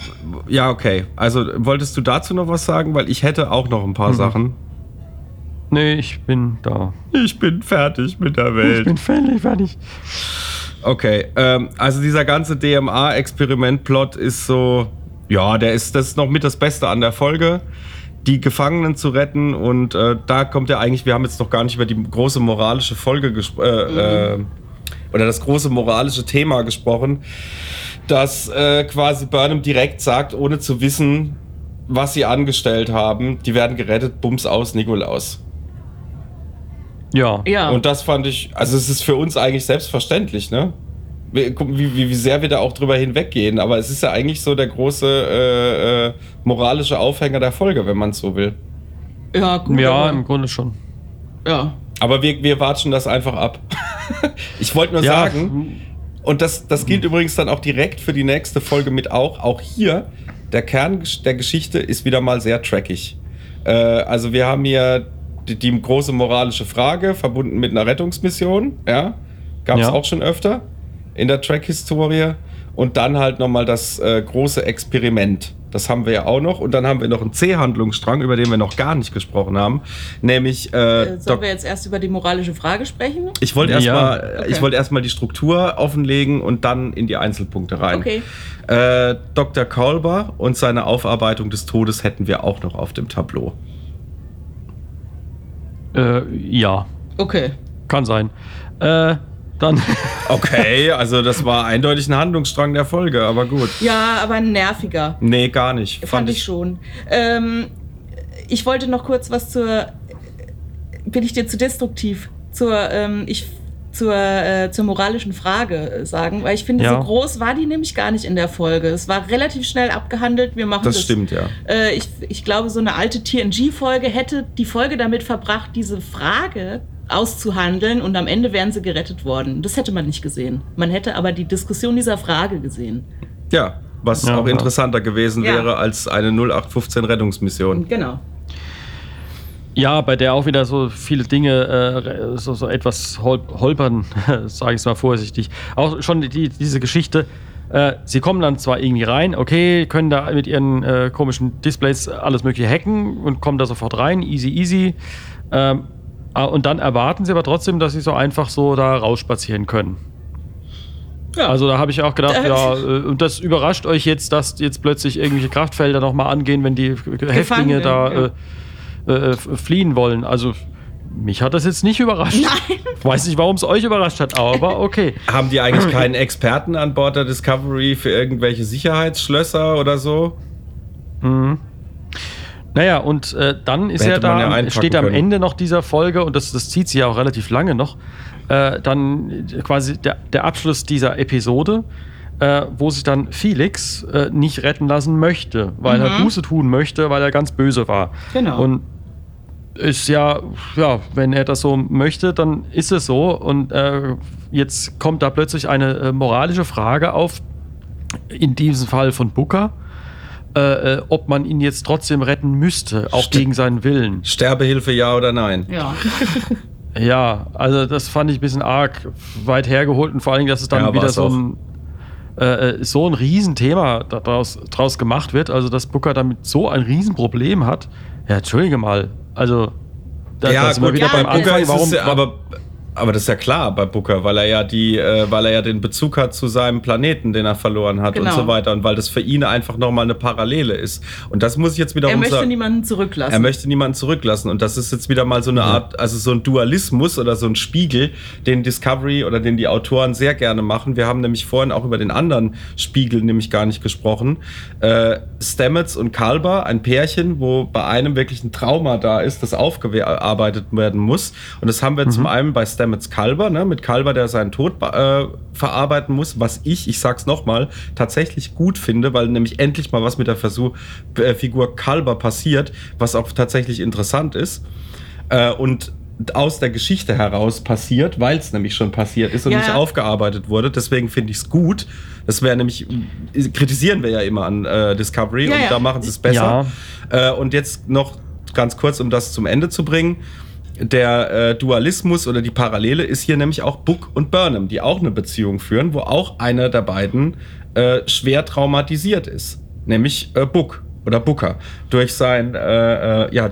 ja, okay. Also wolltest du dazu noch was sagen? Weil ich hätte auch noch ein paar Mhm. Sachen. Nee, ich bin da. Ich bin fertig mit der Ich Welt. bin völlig fertig. Okay, ähm, also dieser ganze D M A-Experiment-Plot ist so, ja, der ist, das ist noch mit das Beste an der Folge, die Gefangenen zu retten und äh, da kommt ja eigentlich, wir haben jetzt noch gar nicht über die große moralische Folge gesprochen, äh, mhm. äh, oder das große moralische Thema gesprochen, dass äh, quasi Burnham direkt sagt, ohne zu wissen, was sie angestellt haben, die werden gerettet, Bums aus, Nikolaus. Ja. Ja. Und das fand ich, also es ist für uns eigentlich selbstverständlich, ne? Wie, wie, wie sehr wir da auch drüber hinweggehen, aber es ist ja eigentlich so der große äh, äh, moralische Aufhänger der Folge, wenn man es so will. Ja, gut. Ja, aber, im Grunde schon. ja. Aber wir, wir watschen das einfach ab. Ich wollte nur Ja. sagen, und das, das gilt übrigens dann auch direkt für die nächste Folge mit auch, auch hier, der Kern der Geschichte ist wieder mal sehr trackig. Äh, also wir haben hier die, die große moralische Frage, verbunden mit einer Rettungsmission, ja, gab es Ja. auch schon öfter in der Track-Historie. Und dann halt nochmal das äh, große Experiment. Das haben wir ja auch noch. Und dann haben wir noch einen C-Handlungsstrang, über den wir noch gar nicht gesprochen haben. Nämlich. Äh, Äh, sollen Doc- wir jetzt erst über die moralische Frage sprechen? ich wollte Ja. erstmal Okay. ich wollte erstmal die Struktur offenlegen und dann in die Einzelpunkte rein. Okay. Äh, Doktor Culber und seine Aufarbeitung des Todes hätten wir auch noch auf dem Tableau. Äh, ja, Okay. kann sein. Äh, dann. Okay, also das war eindeutig ein Handlungsstrang der Folge, aber gut. Ja, aber nerviger. Nee, gar nicht. Fand, ich schon. Ähm, ich wollte noch kurz was zur. Bin ich dir zu destruktiv? Zur, ähm, ich, zur, äh, zur moralischen Frage sagen, weil ich finde, Ja. so groß war die nämlich gar nicht in der Folge. Es war relativ schnell abgehandelt. Wir machen das. Das stimmt, ja. Äh, ich, ich glaube, so eine alte T N G-Folge hätte die Folge damit verbracht, diese Frage auszuhandeln und am Ende wären sie gerettet worden. Das hätte man nicht gesehen. Man hätte aber die Diskussion dieser Frage gesehen. Ja, was Ja, auch ja. interessanter gewesen Ja. wäre als eine null acht fünfzehn Rettungsmission. Genau. Ja, bei der auch wieder so viele Dinge äh, so, so etwas hol holpern, sage ich es mal vorsichtig. Auch schon die, diese Geschichte, äh, sie kommen dann zwar irgendwie rein, okay, können da mit ihren äh, komischen Displays alles mögliche hacken und kommen da sofort rein, easy, easy. Ähm, und dann erwarten sie aber trotzdem, dass sie so einfach so da rausspazieren können. Ja. Also da habe ich auch gedacht, Da- ja, äh, und das überrascht euch jetzt, dass jetzt plötzlich irgendwelche Kraftfelder nochmal angehen, wenn die Häftlinge da ja. äh, äh, fliehen wollen. Also mich hat das jetzt nicht überrascht. Nein. Ich weiß nicht, warum es euch überrascht hat, aber okay. Haben die eigentlich keinen Experten an Bord der Discovery für irgendwelche Sicherheitsschlösser oder so? Mhm. Naja, und äh, dann ist Hätte ja man ja da, einpacken steht am können. Ende noch dieser Folge, und das, das zieht sich ja auch relativ lange noch, äh, dann quasi der, der Abschluss dieser Episode, äh, wo sich dann Felix äh, nicht retten lassen möchte, weil Mhm. er Buße tun möchte, weil er ganz böse war. Genau. Und ist ja, ja, wenn er das so möchte, dann ist es so. Und äh, jetzt kommt da plötzlich eine äh, moralische Frage auf, in diesem Fall von Booker, äh, äh, ob man ihn jetzt trotzdem retten müsste, auch Sti- gegen seinen Willen. Sterbehilfe, ja oder nein? Ja. Ja, also das fand ich ein bisschen arg weit hergeholt und vor allem, dass es dann Ja, wieder war's so auch. ein, äh, so ein Riesenthema daraus, draus gemacht wird, also dass Booker damit so ein Riesenproblem hat. Ja, entschuldige mal, also da, da sind wir wieder ja, beim bei Booker Anfang, ist warum, es ja, aber, aber das ist ja klar bei Booker, weil er ja die, äh, weil er ja den Bezug hat zu seinem Planeten, den er verloren hat Genau. und so weiter und weil das für ihn einfach nochmal eine Parallele ist. Und das muss ich jetzt wiederum Er möchte sagen. niemanden zurücklassen. Er möchte niemanden zurücklassen. Und das ist jetzt wieder mal so eine Art, also so ein Dualismus oder so ein Spiegel, den Discovery oder den die Autoren sehr gerne machen. Wir haben nämlich vorhin auch über den anderen Spiegel nämlich gar nicht gesprochen. Äh, Stamets und Culber, ein Pärchen, wo bei einem wirklich ein Trauma da ist, das aufgearbeitet werden muss. Und das haben wir zum einen bei Stamets Culber, ne, mit Culber, der seinen Tod äh, verarbeiten muss, was ich, ich sag's nochmal, tatsächlich gut finde, weil nämlich endlich mal was mit der Versuch, äh, Figur Culber passiert, was auch tatsächlich interessant ist. Äh, und aus der Geschichte heraus passiert, weil es nämlich schon passiert ist und Ja. nicht aufgearbeitet wurde. Deswegen finde ich es gut. Das wäre nämlich, kritisieren wir ja immer an äh, Discovery Ja, und ja. da machen sie es besser. Äh, und jetzt noch ganz kurz, um das zum Ende zu bringen. Der äh, Dualismus oder die Parallele ist hier nämlich auch Book und Burnham, die auch eine Beziehung führen, wo auch einer der beiden äh, schwer traumatisiert ist. Nämlich äh, Book oder Booker. Durch sein, äh, äh, ja,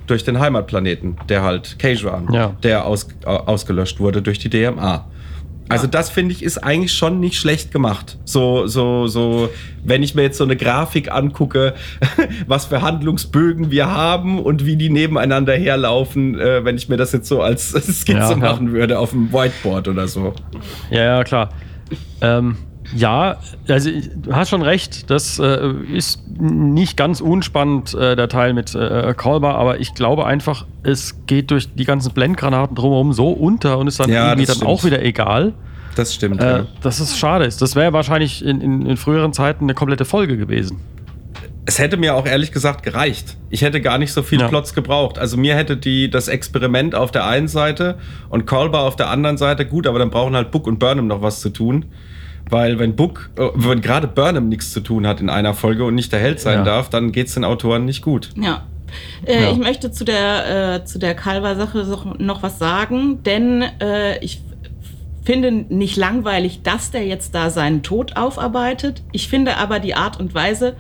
durch den Heimatplaneten, der halt Khajiit, Ja. der aus, ausgelöscht wurde durch die D M A. Also das, finde ich, ist eigentlich schon nicht schlecht gemacht. So, so, so, wenn ich mir jetzt so eine Grafik angucke, was für Handlungsbögen wir haben und wie die nebeneinander herlaufen, äh, wenn ich mir das jetzt so als Skizze Ja, ja. machen würde auf dem Whiteboard oder so. Ja, ja, klar. Ähm, ja, also du hast schon recht, das äh, ist nicht ganz unspannend, äh, der Teil mit äh, Kolber, aber ich glaube einfach, es geht durch die ganzen Blendgranaten drumherum so unter und ist dann Ja, irgendwie das dann stimmt. auch wieder egal, Das stimmt, äh, ja. dass es schade ist. Das wäre wahrscheinlich in, in, in früheren Zeiten eine komplette Folge gewesen. Es hätte mir auch ehrlich gesagt gereicht. Ich hätte gar nicht so viel Ja. Plots gebraucht. Also mir hätte die das Experiment auf der einen Seite und Kolber auf der anderen Seite gut, aber dann brauchen halt Book und Burnham noch was zu tun. Weil wenn Book, äh, wenn gerade Burnham nichts zu tun hat in einer Folge und nicht der Held sein Ja. darf, dann geht's den Autoren nicht gut. Ja. Äh, Ja. Ich möchte zu der, äh, zu der Kalber-Sache so- noch was sagen, denn äh, ich finde nicht langweilig, dass der jetzt da seinen Tod aufarbeitet. Ich finde aber die Art und Weise,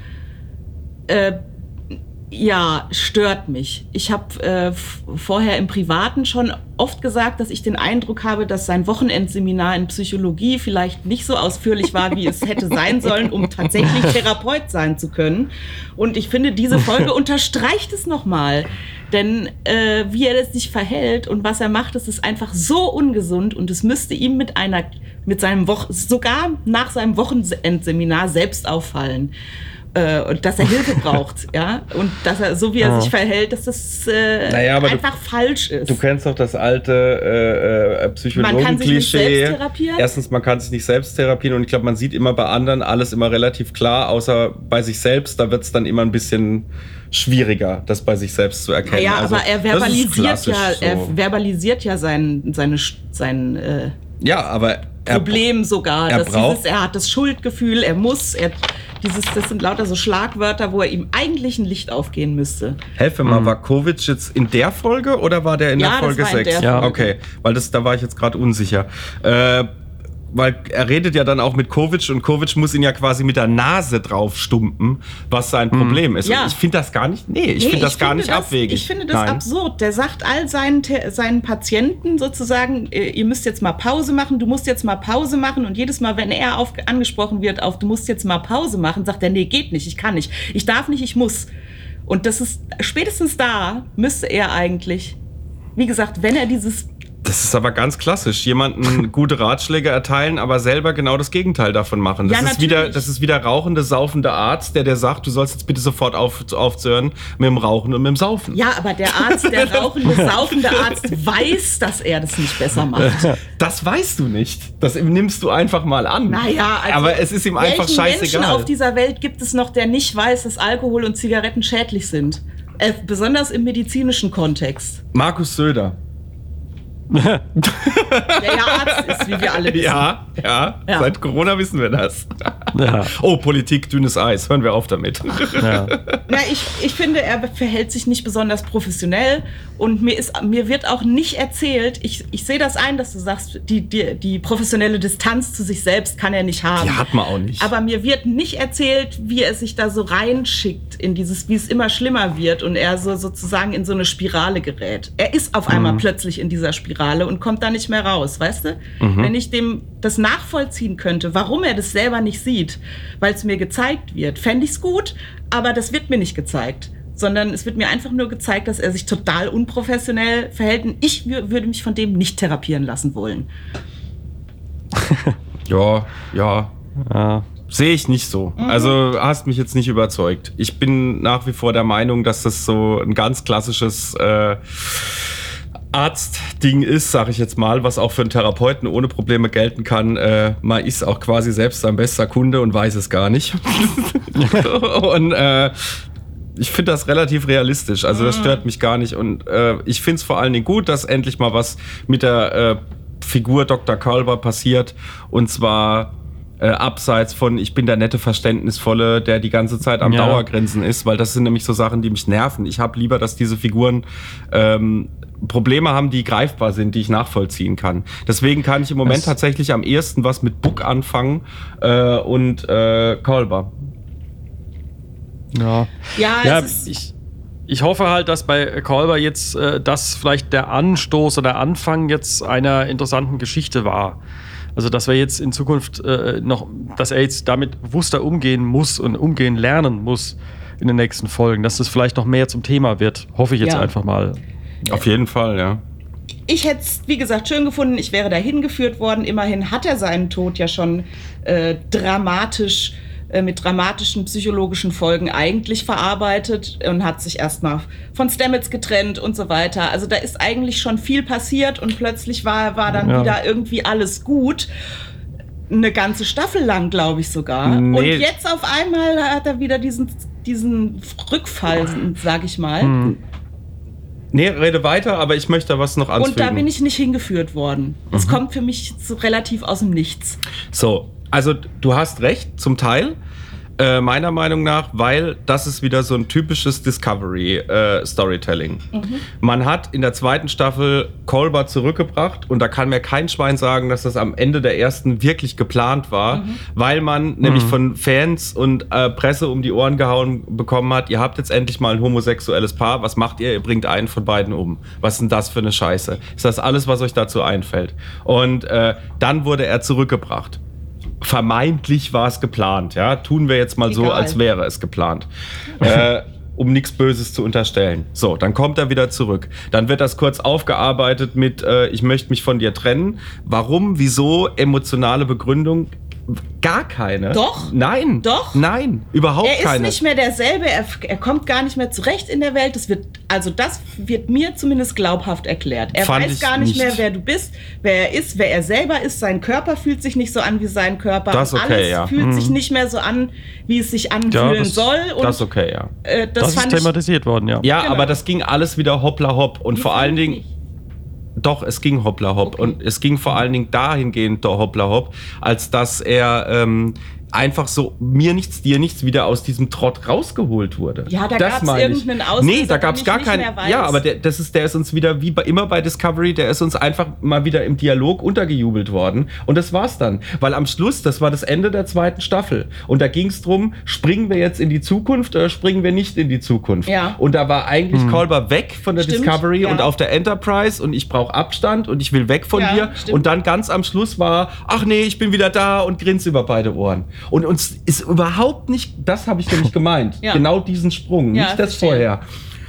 äh, ja, stört mich. Ich habe äh, f- vorher im Privaten schon oft gesagt, dass ich den Eindruck habe, dass sein Wochenendseminar in Psychologie vielleicht nicht so ausführlich war, wie es hätte sein sollen, um tatsächlich Therapeut sein zu können. Und ich finde, diese Folge unterstreicht es nochmal. Denn äh, wie er das sich verhält und was er macht, das ist einfach so ungesund und es müsste ihm mit einer, mit seinem Woch- sogar nach seinem Wochenendseminar selbst auffallen. Äh, und dass er Hilfe braucht, ja, und dass er, so wie er Ja. sich verhält, dass das äh, Naja, aber du- einfach falsch ist. Du kennst doch das alte äh, äh, Psychologen-Klischee. Man kann sich nicht selbst therapieren? Erstens, man kann sich nicht selbst therapieren und ich glaube, man sieht immer bei anderen alles immer relativ klar, außer bei sich selbst, da wird es dann immer ein bisschen schwieriger, das bei sich selbst zu erkennen. ja, Also, aber er das ist verbalisiert klassisch ja, so. er verbalisiert ja sein, seine, sein äh, Ja, aber er, Problem sogar. er dass braucht- dieses, er hat das Schuldgefühl, er muss, er, dieses, das sind lauter so Schlagwörter, wo er ihm eigentlich ein Licht aufgehen müsste. Helfe mal, war Kovic jetzt in der Folge oder war der in Ja, der das Folge war in sechs? der Ja. Folge. Okay, weil das, da war ich jetzt gerade unsicher. Äh, weil er redet ja dann auch mit Kovic und Kovic muss ihn ja quasi mit der Nase drauf stumpen, was sein Problem ist. Ja. Und ich finde das gar nicht, nee, ich Nee, finde das gar nicht das, abwegig. Ich finde das Nein. absurd. Der sagt all seinen, The- seinen Patienten sozusagen, äh, ihr müsst jetzt mal Pause machen, du musst jetzt mal Pause machen. Und jedes Mal, wenn er auf, angesprochen wird auf, du musst jetzt mal Pause machen, sagt er, nee, geht nicht, ich kann nicht. Ich darf nicht, ich muss. Und das ist, spätestens da müsste er eigentlich, wie gesagt, wenn er dieses... Das ist aber ganz klassisch. Jemanden gute Ratschläge erteilen, aber selber genau das Gegenteil davon machen. Das, Ja, ist, wieder, natürlich. das ist wieder rauchende, saufende Arzt, der dir sagt, du sollst jetzt bitte sofort auf, aufzuhören mit dem Rauchen und mit dem Saufen. Ja, aber der Arzt, der rauchende, saufende Arzt weiß, dass er das nicht besser macht. Das weißt du nicht. Das nimmst du einfach mal an. Naja, also aber es ist ihm einfach welchen Menschen scheißegal. auf dieser Welt gibt es noch, der nicht weiß, dass Alkohol und Zigaretten schädlich sind? Äh, besonders im medizinischen Kontext. Markus Söder. Der ja Arzt ist, wie wir alle wissen. Ja, ja, Ja. Seit Corona wissen wir das. Ja. Oh, Politik, dünnes Eis. Hören wir auf damit. Ja. Na, ich, ich finde, er verhält sich nicht besonders professionell und mir, ist, mir wird auch nicht erzählt, ich, ich sehe das ein, dass du sagst, die, die, die professionelle Distanz zu sich selbst kann er nicht haben. Die hat man auch nicht. Aber mir wird nicht erzählt, wie er sich da so reinschickt in dieses, wie es immer schlimmer wird und er so sozusagen in so eine Spirale gerät. Er ist auf einmal plötzlich in dieser Spirale und kommt da nicht mehr raus, weißt du? Wenn ich dem das nachvollziehen könnte, warum er das selber nicht sieht, weil es mir gezeigt wird, fände ich es gut, aber das wird mir nicht gezeigt. Sondern es wird mir einfach nur gezeigt, dass er sich total unprofessionell verhält und ich wür- würde mich von dem nicht therapieren lassen wollen. Ja, ja. Ja. Sehe ich nicht so. Also hast mich jetzt nicht überzeugt. Ich bin nach wie vor der Meinung, dass das so ein ganz klassisches äh, Arztding ist, sage ich jetzt mal, was auch für einen Therapeuten ohne Probleme gelten kann. Äh, man ist auch quasi selbst sein bester Kunde und weiß es gar nicht. und äh, ich finde das relativ realistisch. Also das stört mich gar nicht. Und äh, ich finde es vor allen Dingen gut, dass endlich mal was mit der äh, Figur Doktor Kolber passiert. Und zwar äh, abseits von, ich bin der nette, verständnisvolle, der die ganze Zeit am Ja. Dauergrinsen ist. Weil das sind nämlich so Sachen, die mich nerven. Ich habe lieber, dass diese Figuren ähm, Probleme haben, die greifbar sind, die ich nachvollziehen kann. Deswegen kann ich im Moment Das- tatsächlich am ehesten was mit Book anfangen äh, und äh, Kolber. Ja, Ja, ja es ist, ich, ich hoffe halt, dass bei Culber jetzt äh, das vielleicht der Anstoß oder der Anfang jetzt einer interessanten Geschichte war. Also, dass wir jetzt in Zukunft äh, noch, dass er jetzt damit bewusster umgehen muss und umgehen lernen muss in den nächsten Folgen, dass das vielleicht noch mehr zum Thema wird. Hoffe ich jetzt Ja. einfach mal. Auf jeden Fall, ja. Ich hätte es, wie gesagt, schön gefunden. Ich wäre dahin geführt worden. Immerhin hat er seinen Tod ja schon äh, dramatisch, äh, mit dramatischen psychologischen Folgen eigentlich verarbeitet und hat sich erstmal von Stamets getrennt und so weiter. Also da ist eigentlich schon viel passiert und plötzlich war, war dann Ja. wieder irgendwie alles gut. Eine ganze Staffel lang, glaube ich sogar. Nee. Und jetzt auf einmal hat er wieder diesen, diesen Rückfall, sag ich mal. Hm. Nee, rede weiter, aber ich möchte da was noch anfügen. Und da bin ich nicht hingeführt worden. Es Mhm. kommt für mich so relativ aus dem Nichts. So, also du hast recht, zum Teil, äh, meiner Meinung nach, weil das ist wieder so ein typisches Discovery-Storytelling. Mhm. Man hat in der zweiten Staffel Culber zurückgebracht und da kann mir kein Schwein sagen, dass das am Ende der ersten wirklich geplant war, Mhm. weil man nämlich von Fans und äh, Presse um die Ohren gehauen bekommen hat, ihr habt jetzt endlich mal ein homosexuelles Paar, was macht ihr? Ihr bringt einen von beiden um. Was ist denn das für eine Scheiße? Ist das alles, was euch dazu einfällt? Und äh, dann wurde er zurückgebracht. Vermeintlich war es geplant, ja. Tun wir jetzt mal so, Egal. als wäre es geplant. äh, um nichts Böses zu unterstellen. So, dann kommt er wieder zurück. Dann wird das kurz aufgearbeitet mit, äh, ich möchte mich von dir trennen. Warum, wieso, emotionale Begründung? Gar keine. Doch. Nein. Doch. Nein, überhaupt Er ist keine. nicht mehr derselbe, er, er kommt gar nicht mehr zurecht in der Welt. Das wird, also das wird mir zumindest glaubhaft erklärt. Er Fand weiß ich gar nicht, nicht. mehr, wer du bist, wer er ist, wer er selber ist. Sein Körper fühlt sich nicht so an wie sein Körper. Das Und okay, alles ja. fühlt sich nicht mehr so an, wie es sich anfühlen das- soll. Und das ist okay, ja. äh, das, Das, ist fand ich, thematisiert worden, ja. Ja, Genau. aber das ging alles wieder hoppla hopp. Und die vor fand allen ich Dingen, nicht. doch, es ging hoppla hopp. Okay. Und es ging vor allen Dingen dahingehend hoppla hopp, als dass er ähm, einfach so mir nichts, dir nichts wieder aus diesem Trott rausgeholt wurde. Ja, da Das gab's meine ich. irgendeinen Auslöser, Nee, da den gab es ich gar nicht keinen. mehr weiß. Ja, aber der, das ist, der ist uns wieder, wie bei, immer bei Discovery, der ist uns einfach mal wieder im Dialog untergejubelt worden. Und das war's dann. Weil am Schluss, das war das Ende der zweiten Staffel. Und da ging es drum, springen wir jetzt in die Zukunft oder springen wir nicht in die Zukunft? Ja. Und da war eigentlich Culber weg von der Stimmt, Discovery ja. und auf der Enterprise und ich brauche Abstand und ich will weg von Ja, dir. stimmt. Und dann ganz am Schluss war, ach nee, ich bin wieder da und grinst über beide Ohren. Und uns ist überhaupt nicht, das habe ich nämlich gemeint, Ja. genau diesen Sprung, Ja, nicht das verstehe. vorher.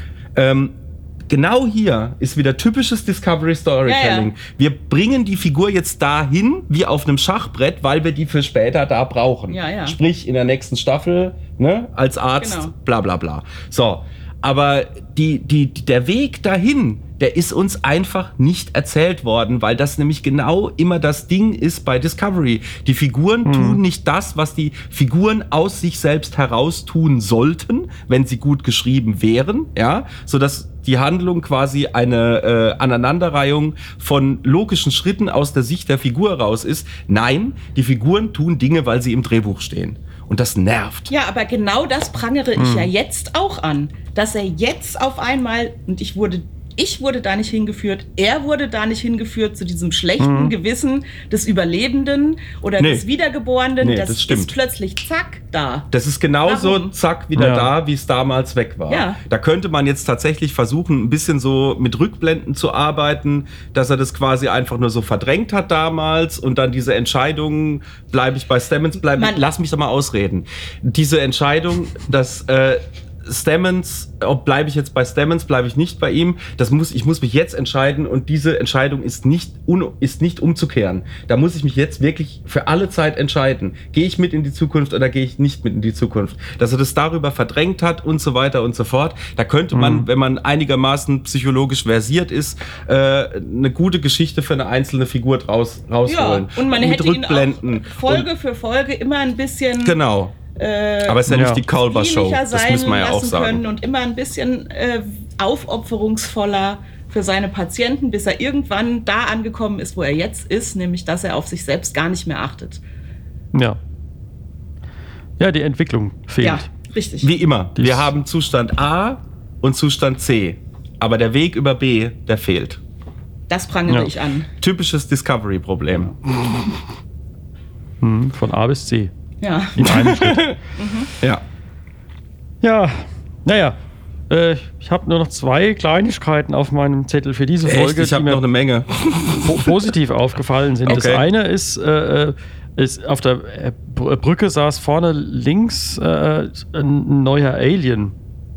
Ähm, genau hier ist wieder typisches Discovery Storytelling. Ja, ja. Wir bringen die Figur jetzt dahin, wie auf einem Schachbrett, weil wir die für später da brauchen. Ja, ja. Sprich, in der nächsten Staffel, ne, als Arzt, Genau. bla bla bla. So, aber die, die, der Weg dahin, der ist uns einfach nicht erzählt worden, weil das nämlich genau immer das Ding ist bei Discovery. Die Figuren tun nicht das, was die Figuren aus sich selbst heraus tun sollten, wenn sie gut geschrieben wären, ja, sodass die Handlung quasi eine äh, Aneinanderreihung von logischen Schritten aus der Sicht der Figur raus ist. Nein, die Figuren tun Dinge, weil sie im Drehbuch stehen. Und das nervt. Ja, aber genau das prangere ich ja jetzt auch an, dass er jetzt auf einmal, und ich wurde, ich wurde da nicht hingeführt, er wurde da nicht hingeführt zu diesem schlechten Gewissen des Überlebenden oder Nee. des Wiedergeborenen. Nee, das, das stimmt. ist plötzlich zack da. Das ist genauso Warum? zack wieder Ja. da, wie es damals weg war. Ja. Da könnte man jetzt tatsächlich versuchen, ein bisschen so mit Rückblenden zu arbeiten, dass er das quasi einfach nur so verdrängt hat damals und dann diese Entscheidung, bleibe ich bei Stamets, bleibe Man- lass mich doch mal ausreden. Diese Entscheidung, dass äh, Stamets, ob bleibe ich jetzt bei Stamets, bleibe ich nicht bei ihm, das muss, ich muss mich jetzt entscheiden und diese Entscheidung ist nicht, un, ist nicht umzukehren. Da muss ich mich jetzt wirklich für alle Zeit entscheiden. Gehe ich mit in die Zukunft oder gehe ich nicht mit in die Zukunft? Dass er das darüber verdrängt hat und so weiter und so fort. Da könnte man, wenn man einigermaßen psychologisch versiert ist, äh, eine gute Geschichte für eine einzelne Figur draus, rausholen. Ja, und man mit hätte ihn Rückblenden. auch Folge für Folge immer ein bisschen Und, genau. äh, Aber es ist ja, Ja. nicht die Culber-Show. dienlicher Das sein müssen wir ja auch lassen sagen. können und immer ein bisschen äh, aufopferungsvoller für seine Patienten, bis er irgendwann da angekommen ist, wo er jetzt ist, nämlich dass er auf sich selbst gar nicht mehr achtet. Ja. Ja, die Entwicklung fehlt. Ja, richtig. Wie immer. Das- Wir haben Zustand A und Zustand C. Aber der Weg über B, der fehlt. Das prangere Ja. ich an. Typisches Discovery-Problem. Hm, von A bis C. Ja. In einem Schritt. Ja. Ja, naja. Äh, ich habe nur noch zwei Kleinigkeiten auf meinem Zettel für diese Folge, Echt? Ich habe noch eine Menge. po- positiv aufgefallen sind. Das Okay. eine ist, äh, ist auf der äh, Br- Brücke saß vorne links äh, ein neuer Alien.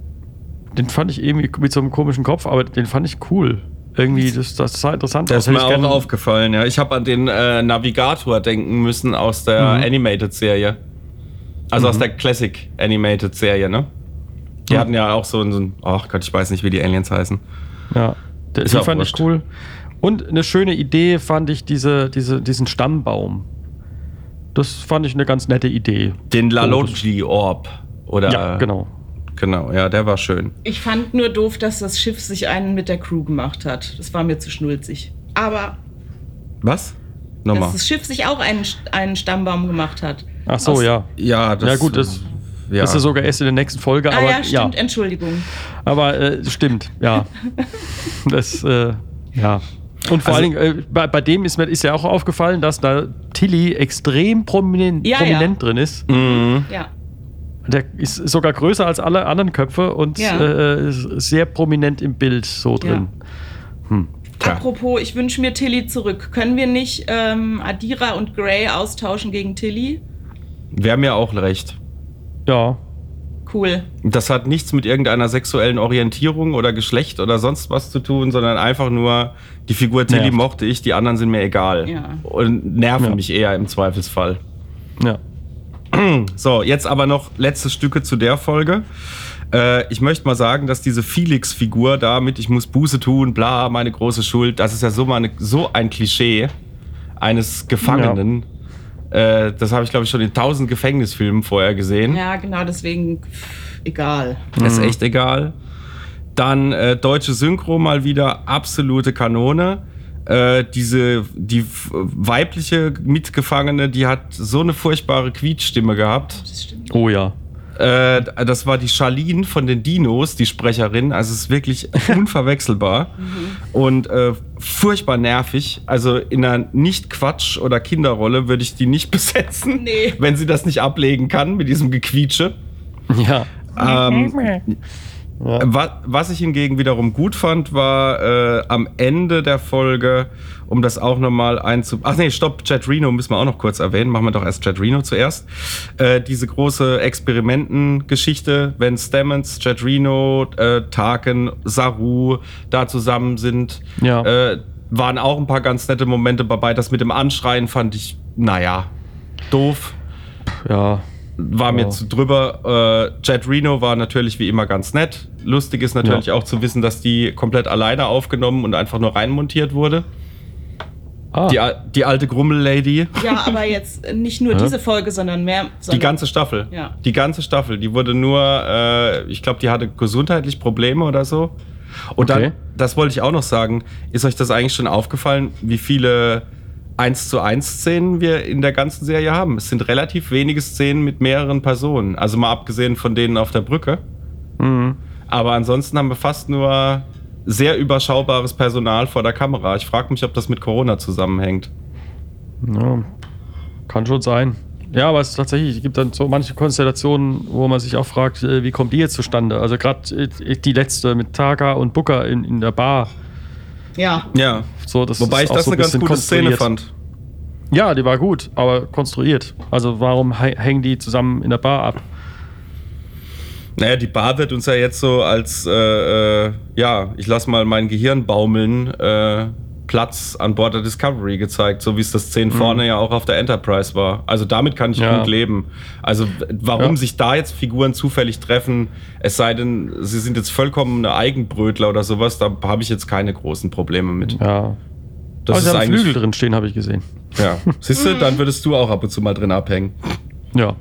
Den fand ich irgendwie mit so einem komischen Kopf, aber den fand ich cool. Irgendwie, das, das sah interessant Das aus. ist mir Hätte ich auch gern- aufgefallen, ja. Ich habe an den äh, Navigator denken müssen aus der Mhm. Animated-Serie. Also aus Mhm. der Classic Animated-Serie, ne? Die Mhm. hatten ja auch so ein, so ein, ach Gott, ich weiß nicht, wie die Aliens heißen. Ja, das Ist auch fand wurscht. ich cool. Und eine schöne Idee fand ich diese, diese, diesen Stammbaum. Das fand ich eine ganz nette Idee. Den Oh, das- Laloji-Orb. Oder, Ja, genau. Genau, ja, der war schön. Ich fand nur doof, dass das Schiff sich einen mit der Crew gemacht hat. Das war mir zu schnulzig. Aber Was? Nochmal. dass das Schiff sich auch einen, einen Stammbaum gemacht hat. Ach so, Aus- ja. Ja, das, Ja, gut, das, ja. das ist sogar erst in der nächsten Folge. Ah aber ja, stimmt, Entschuldigung. Aber äh, stimmt, ja. das, äh, ja. Und vor Also- allen Dingen, äh, bei, bei dem ist mir ist ja auch aufgefallen, dass da Tilly extrem prominent, Ja, prominent ja. drin ist. Mhm. Ja. Der ist sogar größer als alle anderen Köpfe und Ja. äh, ist sehr prominent im Bild so drin. Hm. Tja. Apropos, ich wünsche mir Tilly zurück. Können wir nicht ähm, Adira und Grey austauschen gegen Tilly? Wäre mir auch recht. Ja. Cool. Das hat nichts mit irgendeiner sexuellen Orientierung oder Geschlecht oder sonst was zu tun, sondern einfach nur, die Figur Tilly Nervt. mochte ich, die anderen sind mir egal. Ja. Und nerven Ja. mich eher im Zweifelsfall. Ja. So, jetzt aber noch letzte Stücke zu der Folge. Äh, ich möchte mal sagen, dass diese Felix-Figur damit, ich muss Buße tun, bla, meine große Schuld, das ist ja so, mal eine, so ein Klischee eines Gefangenen. Äh, das habe ich, glaube ich, schon in tausend Gefängnisfilmen vorher gesehen. Ja, genau, deswegen pff, egal. Ist echt egal. Dann äh, deutsche Synchro mal wieder, absolute Kanone. Äh, diese, die f- weibliche Mitgefangene, die hat so eine furchtbare Quietschstimme gehabt. Das stimmt. Oh ja. Äh, das war die Charlene von den Dinos, die Sprecherin. Also es ist wirklich unverwechselbar und äh, furchtbar nervig. Also in einer Nicht-Quatsch- oder Kinderrolle würde ich die nicht besetzen, Nee. wenn sie das nicht ablegen kann mit diesem Gequietsche. Ja. Ähm, Ja. wa- was ich hingegen wiederum gut fand, war äh, am Ende der Folge, um das auch nochmal einzu... Ach nee, stopp, Jet Reno müssen wir auch noch kurz erwähnen. Machen wir doch erst Jet Reno zuerst. Äh, diese große Experimentengeschichte, wenn Stamets, Jet Reno, äh, Tarkin, Saru da zusammen sind, Ja. äh, waren auch ein paar ganz nette Momente dabei. Das mit dem Anschreien fand ich, naja, doof. Ja. War mir Ja. zu drüber. Äh, Jet Reno war natürlich wie immer ganz nett. Lustig ist natürlich Ja. auch zu wissen, dass die komplett alleine aufgenommen und einfach nur reinmontiert wurde. Ah. Die, al- die alte Grummel-Lady. Ja, aber jetzt nicht nur Hä? diese Folge, sondern mehr. Die Sondern ganze Staffel. Ja. Die ganze Staffel. Die wurde nur, äh, ich glaube, die hatte gesundheitlich Probleme oder so. Und Okay. dann, das wollte ich auch noch sagen, ist euch das eigentlich schon aufgefallen, wie viele eins zu eins Szenen wir in der ganzen Serie haben? Es sind relativ wenige Szenen mit mehreren Personen. Also mal abgesehen von denen auf der Brücke. Mhm. Aber ansonsten haben wir fast nur sehr überschaubares Personal vor der Kamera. Ich frage mich, ob das mit Corona zusammenhängt. Ja, kann schon sein. Ja, aber es ist tatsächlich, es gibt dann so manche Konstellationen, wo man sich auch fragt, äh, wie kommt die jetzt zustande? Also gerade die letzte mit Taka und Booker in, in der Bar. Ja. Ja. So, das Wobei ist ich auch das so eine ganz bisschen gute Szene konstruiert. fand. Ja, die war gut, aber konstruiert. Also warum hä- hängen die zusammen in der Bar ab? Naja, die Bar wird uns ja jetzt so als, äh, äh, ja, ich lass mal mein Gehirn baumeln, äh, Platz an Bord der Discovery gezeigt, so wie es das zehn vorne ja auch auf der Enterprise war. Also damit kann ich Ja. gut leben. Also w- warum Ja. sich da jetzt Figuren zufällig treffen, es sei denn, sie sind jetzt vollkommene Eigenbrötler oder sowas, da habe ich jetzt keine großen Probleme mit. Ja. Das aber sie ist haben eigentlich, Flügel drin stehen, habe ich gesehen. ja. Siehst du, dann würdest du auch ab und zu mal drin abhängen. Ja.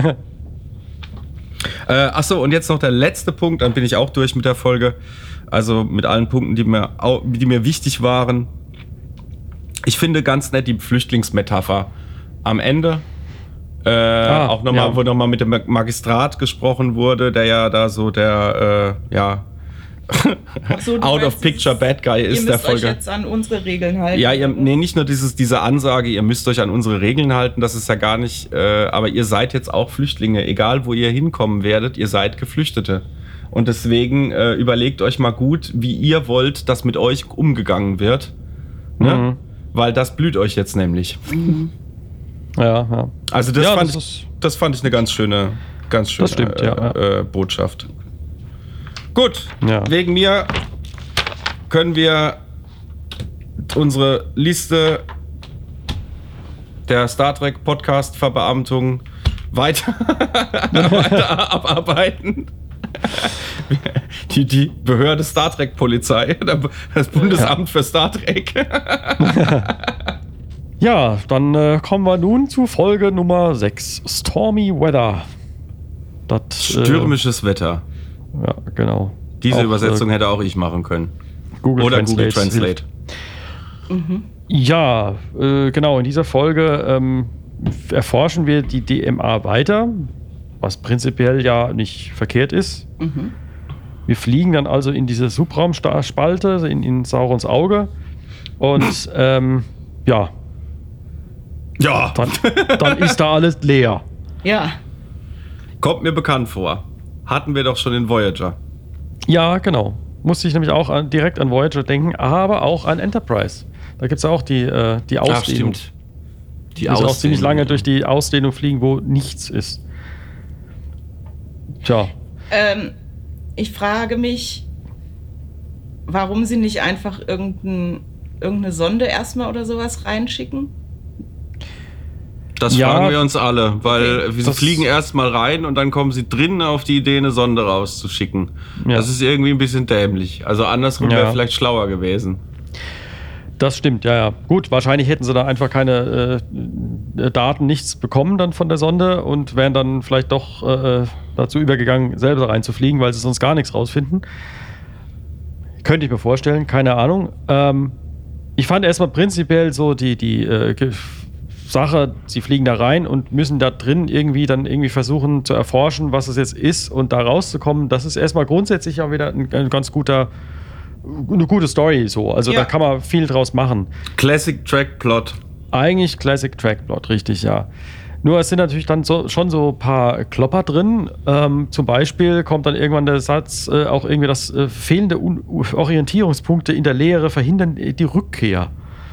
Äh, achso, und jetzt noch der letzte Punkt, dann bin ich auch durch mit der Folge. Also mit allen Punkten, die mir, au- die mir wichtig waren. Ich finde ganz nett die Flüchtlingsmetapher am Ende. Äh, Ah, auch nochmal, ja. wo nochmal mit dem Magistrat gesprochen wurde, der ja da so der, äh, ja, Ach so, du out meinst, of picture bad guy Ihr ist der müsst euch Folge. jetzt an unsere Regeln halten. Ja, ihr, nee, nicht nur dieses, diese Ansage, ihr müsst euch an unsere Regeln halten, das ist ja gar nicht, äh, aber ihr seid jetzt auch Flüchtlinge, egal wo ihr hinkommen werdet, ihr seid Geflüchtete. Und deswegen äh, überlegt euch mal gut, wie ihr wollt, dass mit euch umgegangen wird. Ne? Mhm. Weil das blüht euch jetzt nämlich. Mhm. Ja, ja. Also das, Ja, fand, das ich, das fand ich eine ganz schöne, ganz schöne Das stimmt, ja, ja. Äh, äh, Botschaft. Gut, Ja. wegen mir können wir unsere Liste der Star Trek Podcast Verbeamtung weiter, weiter abarbeiten. Die, die Behörde Star Trek Polizei, das Bundesamt für Star Trek. Ja, dann äh, kommen wir nun zu Folge Nummer sechs. Stormy Weather. Das, Stürmisches äh, Wetter. Ja, genau. Diese auch, Übersetzung äh, hätte auch ich machen können. Google Oder Translate. Google Translate. Mhm. Ja, äh, genau. In dieser Folge ähm, erforschen wir die D M A weiter, was prinzipiell ja nicht verkehrt ist. Mhm. Wir fliegen dann also in diese Subraumspalte, in, in Saurons Auge. Und ähm, ja, Ja, dann, dann ist da alles leer. Ja. kommt mir bekannt vor. Hatten wir doch schon in Voyager. Ja, genau. Musste ich nämlich auch an, direkt an Voyager denken, aber auch an Enterprise. Da gibt es ja auch die, äh, die Ausdehnung. Die Die muss auch ziemlich lange durch die Ausdehnung fliegen, wo nichts ist. Tja. Ähm, ich frage mich, warum sie nicht einfach irgendein, irgendeine Sonde erstmal oder sowas reinschicken? Das Ja, fragen wir uns alle, weil okay. sie Das- fliegen erstmal rein und dann kommen sie drinnen auf die Idee, eine Sonde rauszuschicken. Ja. Das ist irgendwie ein bisschen dämlich. Also andersrum Ja. wäre vielleicht schlauer gewesen. Das stimmt, ja, ja. Gut, wahrscheinlich hätten sie da einfach keine äh, Daten, nichts bekommen dann von der Sonde und wären dann vielleicht doch äh, dazu übergegangen, selber reinzufliegen, weil sie sonst gar nichts rausfinden. Könnte ich mir vorstellen, keine Ahnung. Ähm, ich fand erstmal prinzipiell so die, die äh, Ge- Sache, sie fliegen da rein und müssen da drin irgendwie dann irgendwie versuchen zu erforschen, was es jetzt ist und da rauszukommen. Das ist erstmal grundsätzlich auch wieder ein, ein ganz guter eine gute Story so. Also Ja. da kann man viel draus machen. Classic Track Plot. Eigentlich Classic Trackplot, richtig, ja. Nur es sind natürlich dann so, schon so ein paar Klopper drin. Ähm, zum Beispiel kommt dann irgendwann der Satz, äh, auch irgendwie das äh, fehlende Un Orientierungspunkte in der Lehre verhindern die Rückkehr.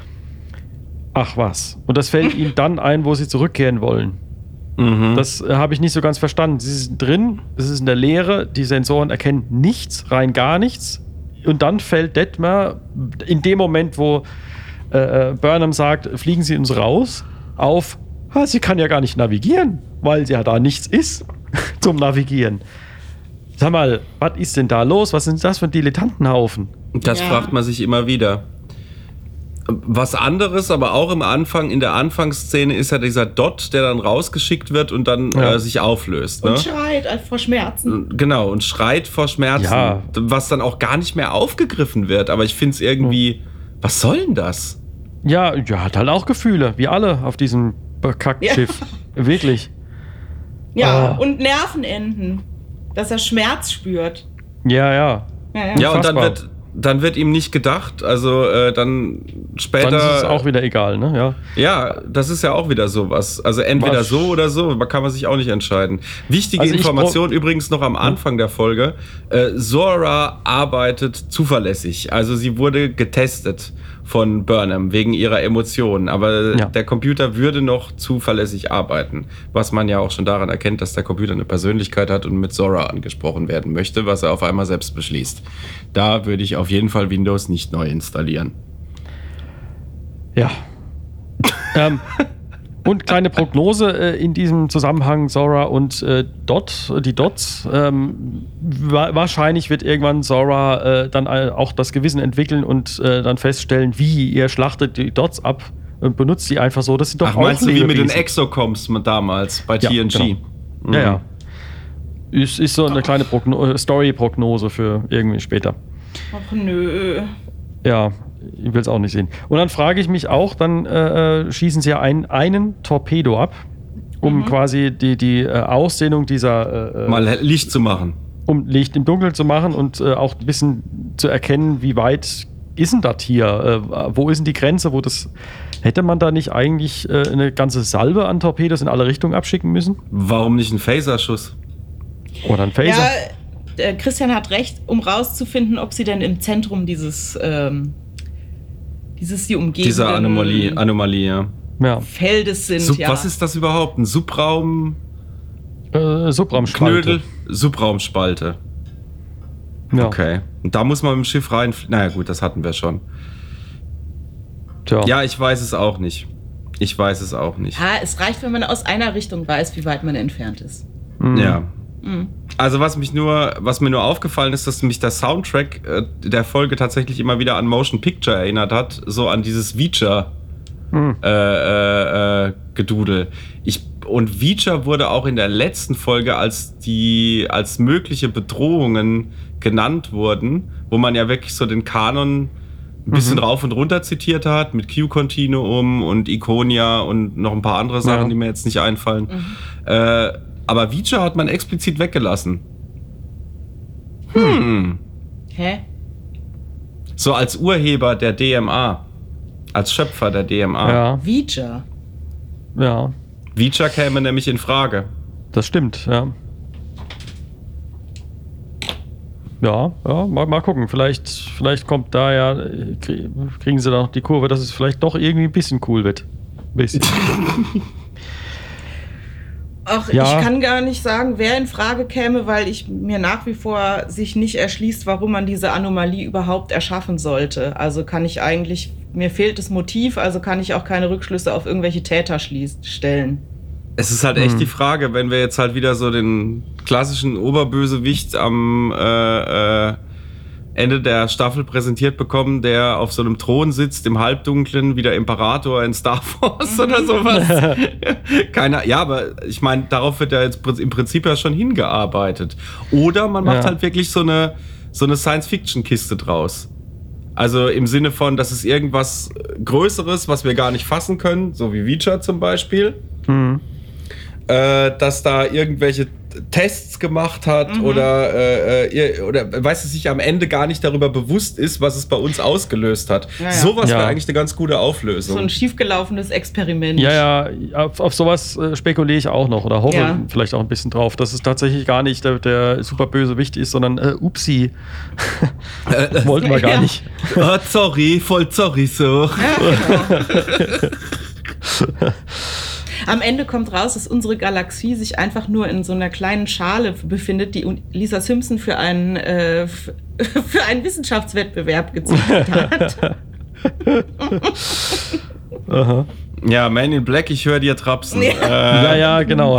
Ach was. Und das fällt ihnen dann ein, wo sie zurückkehren wollen. Mhm. Das äh, habe ich nicht so ganz verstanden. Sie sind drin, es ist in der Leere, die Sensoren erkennen nichts, rein gar nichts. Und dann fällt Detmer in dem Moment, wo äh, Burnham sagt, fliegen Sie uns raus, auf, ah, sie kann ja gar nicht navigieren, weil ja da nichts ist zum Navigieren. Sag mal, was ist denn da los? Was sind das für ein Dilettantenhaufen? Das Ja. fragt man sich immer wieder. Was anderes, aber auch im Anfang, in der Anfangsszene ist ja dieser Dot, der dann rausgeschickt wird und dann Ja. äh, sich auflöst. Ne? Und schreit äh, vor Schmerzen. Genau, und schreit vor Schmerzen. Ja. Was dann auch gar nicht mehr aufgegriffen wird. Aber ich finde es irgendwie, was soll denn das? Ja, ja, hat halt auch Gefühle, wie alle auf diesem bekackten Ja. Schiff. Wirklich. Ja, Ah. und Nervenenden. Dass er Schmerz spürt. Ja, ja. Ja, ja. Ja, und dann Unfassbar. wird, dann wird ihm nicht gedacht. Also äh, dann später. Dann ist es auch wieder egal, ne? Ja. Ja, das ist ja auch wieder sowas. Also entweder Was? so oder so, da kann man sich auch nicht entscheiden. Wichtige Also ich Information übrigens noch am Anfang der Folge. Äh, Zora arbeitet zuverlässig. Also sie wurde getestet von Burnham wegen ihrer Emotionen. Aber Ja. der Computer würde noch zuverlässig arbeiten. Was man ja auch schon daran erkennt, dass der Computer eine Persönlichkeit hat und mit Zora angesprochen werden möchte, was er auf einmal selbst beschließt. Da würde ich auf jeden Fall Windows nicht neu installieren. Ja. ähm, und kleine Prognose äh, in diesem Zusammenhang, Zora und äh, Dot, die Dots. Ähm, wa wahrscheinlich wird irgendwann Zora äh, dann äh, auch das Gewissen entwickeln und äh, dann feststellen, wie ihr schlachtet die Dots ab und benutzt die einfach so. Das sind doch Ach, auch meinst du wie mit den Lebewesen. Exocoms damals bei Ja, T N G? genau. Ja, ja. Ist, ist so eine kleine Progno äh, Story-Prognose für irgendwie später. Ach nö. Ja, ich will es auch nicht sehen. Und dann frage ich mich auch, dann äh, äh, schießen sie ja ein, einen Torpedo ab, um Mhm. quasi die, die äh, Ausdehnung dieser, äh, Mal Licht zu machen. um Licht im Dunkeln zu machen und äh, auch ein bisschen zu erkennen, wie weit ist denn das hier? Äh, wo ist denn die Grenze, wo das... Hätte man da nicht eigentlich äh, eine ganze Salve an Torpedos in alle Richtungen abschicken müssen? Warum nicht ein Phaserschuss? Oder ein Phaser? Ja, äh, Christian hat recht, um rauszufinden, ob sie denn im Zentrum dieses, ähm, dieses die umgebenden Diese Anomalie, Anomalie, ja. Ja. Feldes sind. Sub, ja. Was ist das überhaupt? Ein Subraum? Äh, Subraumspalte. Knödel? Subraumspalte. Ja. Okay. Und da muss man mit dem Schiff rein. Naja, gut, das hatten wir schon. Tja. Ja, ich weiß es auch nicht. Ich weiß es auch nicht. Ja, es reicht, wenn man aus einer Richtung weiß, wie weit man entfernt ist. Mhm. Ja. Mhm. Also was mich nur, was mir nur aufgefallen ist, dass mich der Soundtrack äh, der Folge tatsächlich immer wieder an Motion Picture erinnert hat, so an dieses Veacher Mhm. äh, äh, äh, Gedudel. Ich und Veacher wurde auch in der letzten Folge als die als mögliche Bedrohungen genannt wurden, wo man ja wirklich so den Kanon ein bisschen Mhm. rauf und runter zitiert hat mit Q-Continuum und Iconia und noch ein paar andere Sachen, Ja. die mir jetzt nicht einfallen. Äh, aber Veacher hat man explizit weggelassen. Hm. Hä? So als Urheber der D M A. Als Schöpfer der D M A. Ja, Veacher. ja, Veacher käme nämlich in Frage. das stimmt, ja. Ja, ja, mal, mal gucken. Vielleicht, vielleicht kommt da ja, äh, krie- kriegen sie da noch die Kurve, dass es vielleicht doch irgendwie ein bisschen cool wird. Ein bisschen. Ach, Ja. ich kann gar nicht sagen, wer in Frage käme, weil ich mir nach wie vor sich nicht erschließt, warum man diese Anomalie überhaupt erschaffen sollte. Also kann ich eigentlich, mir fehlt das Motiv, also kann ich auch keine Rückschlüsse auf irgendwelche Täter schließ, stellen. Es ist halt echt Hm. die Frage, wenn wir jetzt halt wieder so den klassischen Oberbösewicht am äh, äh, Ende der Staffel präsentiert bekommen, der auf so einem Thron sitzt, im Halbdunklen, wie der Imperator in Star Wars oder sowas. Keiner, ja, aber ich meine, darauf wird ja jetzt im Prinzip ja schon hingearbeitet. Oder man macht Ja. halt wirklich so eine, so eine Science-Fiction-Kiste draus. Also im Sinne von, das ist irgendwas Größeres, was wir gar nicht fassen können, so wie Veacher zum Beispiel. Hm. Äh, dass da irgendwelche Tests gemacht hat oder, äh, äh, ihr- oder weiß es sich am Ende gar nicht darüber bewusst ist, was es bei uns ausgelöst hat. Ja, ja. Sowas Ja. wäre eigentlich eine ganz gute Auflösung. So ein schiefgelaufenes Experiment. Ja, ja, auf, auf sowas äh, spekuliere ich auch noch oder hoffe Ja. vielleicht auch ein bisschen drauf, dass es tatsächlich gar nicht der, der super böse Wicht ist, sondern äh, upsi. Wollten wir gar Ja. nicht. Oh, sorry, voll sorry so. Am Ende kommt raus, dass unsere Galaxie sich einfach nur in so einer kleinen Schale befindet, die Lisa Simpson für einen, äh, f- für einen Wissenschaftswettbewerb gezüchtet hat. Aha. Ja, Man in Black, ich höre dir trapsen. Ja. Äh, Ja, ja, genau.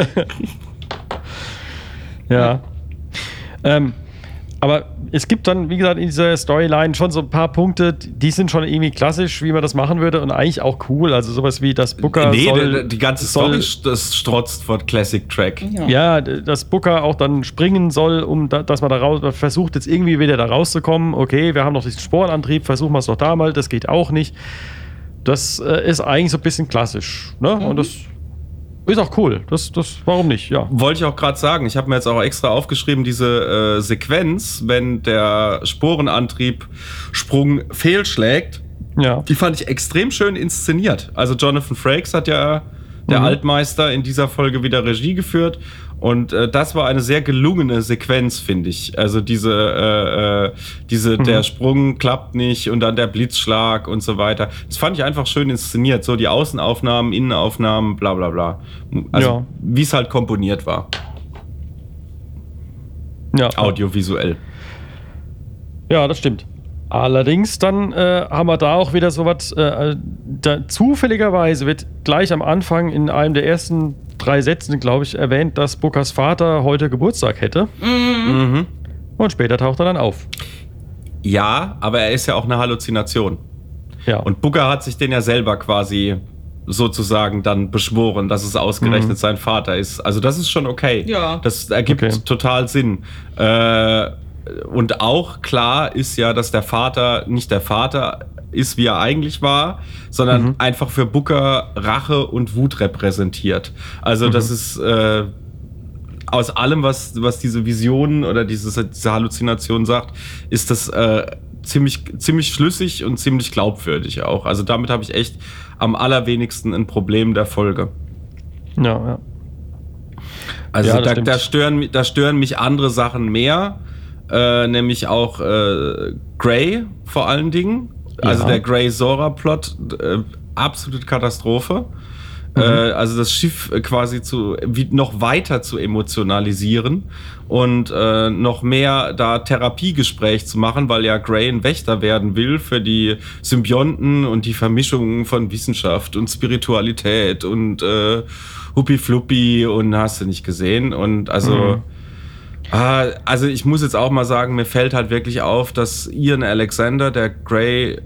Ja. Ähm, aber es gibt dann, wie gesagt, in dieser Storyline schon so ein paar Punkte, die sind schon irgendwie klassisch, wie man das machen würde und eigentlich auch cool. Also sowas wie das Booker nee, soll, die, die ganze soll, Story das strotzt vor Classic Track. ja, dass Booker auch dann springen soll, um da, dass man da raus, man versucht jetzt irgendwie wieder da rauszukommen. Okay, wir haben noch diesen Sporenantrieb, versuchen wir es doch da mal, das geht auch nicht. Das äh, ist eigentlich so ein bisschen klassisch, ne? Und das ist auch cool. Das, das, warum nicht? Ja. Wollte ich auch gerade sagen, ich habe mir jetzt auch extra aufgeschrieben, diese äh, Sequenz, wenn der Sporenantrieb Sprung fehlschlägt, Ja. die fand ich extrem schön inszeniert. Also Jonathan Frakes hat ja, der Mhm. Altmeister, in dieser Folge wieder Regie geführt. Und äh, das war eine sehr gelungene Sequenz, finde ich. Also diese, äh, äh, diese Mhm. der Sprung klappt nicht und dann der Blitzschlag und so weiter. Das fand ich einfach schön inszeniert. So die Außenaufnahmen, Innenaufnahmen, bla bla bla. Also Ja. wie es halt komponiert war. Ja. Audiovisuell. Ja, das stimmt. Allerdings dann äh, haben wir da auch wieder so was, äh, da, zufälligerweise wird gleich am Anfang in einem der ersten drei Sätzen, glaube ich, erwähnt, dass Bookers Vater heute Geburtstag hätte. Mhm. Und später taucht er dann auf. Ja, aber er ist ja auch eine Halluzination. Ja. Und Booker hat sich den ja selber quasi sozusagen dann beschworen, dass es ausgerechnet Mhm. sein Vater ist. Also das ist schon okay. Ja. Das ergibt Okay. total Sinn. Äh, und auch klar ist ja, dass der Vater nicht der Vater ist, wie er eigentlich war, sondern Mhm. einfach für Booker Rache und Wut repräsentiert. Also das ist äh, aus allem, was, was diese Vision oder dieses, diese Halluzination sagt, ist das äh, ziemlich, ziemlich schlüssig und ziemlich glaubwürdig auch. Also damit habe ich echt am allerwenigsten ein Problem der Folge. ja, ja. Also Ja, das da, stimmt. da, stören, mi- da stören mich andere Sachen mehr, äh, nämlich auch äh, Grey vor allen Dingen. Also Ja. der Grey-Zora-Plot, äh, absolute Katastrophe. Mhm. Äh, also das Schiff äh, quasi zu wie, noch weiter zu emotionalisieren und äh, noch mehr da Therapiegespräch zu machen, weil ja Grey ein Wächter werden will für die Symbionten und die Vermischung von Wissenschaft und Spiritualität und äh, Huppi-Fluppi und hast du nicht gesehen. Und also Mhm. Ah, also ich muss jetzt auch mal sagen, mir fällt halt wirklich auf, dass Ian Alexander, der Grey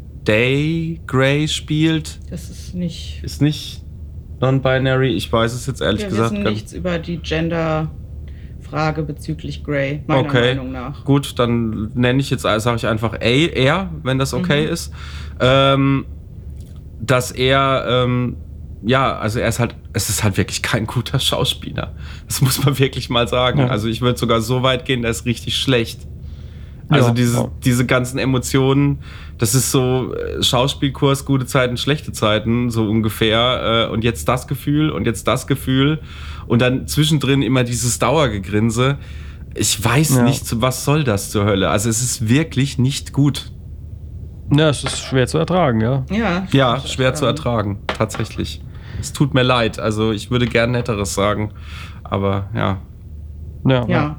Day Grey spielt, Das ist nicht. ist nicht non-binary. Ich weiß es jetzt ehrlich Wir gesagt wissen gar nichts über die Gender-Frage bezüglich Grey, meiner Okay, Meinung nach. gut, dann nenne ich jetzt, sage ich einfach A, er, wenn das okay Mhm. ist. Ähm, dass er, ähm, ja, also er ist halt, es ist halt wirklich kein guter Schauspieler. Das muss man wirklich mal sagen. Ja. Also ich würde sogar so weit gehen, der ist richtig schlecht. Also Ja, diese, ja. diese ganzen Emotionen, das ist so äh, Schauspielkurs, gute Zeiten, schlechte Zeiten, so ungefähr. Äh, und jetzt das Gefühl und jetzt das Gefühl. Und dann zwischendrin immer dieses Dauergegrinse. Ich weiß Ja. nicht, was soll das zur Hölle. Also es ist wirklich nicht gut. Ja, es ist schwer zu ertragen, ja. Ja, Ja, schwer zu ertragen, tatsächlich. Es tut mir leid. Also ich würde gern Netteres sagen. Aber ja. Ja, Ja.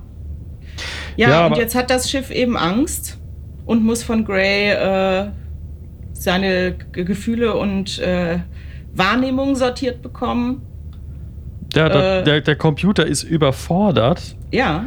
Ja, Ja, und aber- jetzt hat das Schiff eben Angst und muss von Grey äh, seine G- Gefühle und äh, Wahrnehmung sortiert bekommen. Der, der, Äh. der, der Computer ist überfordert Ja,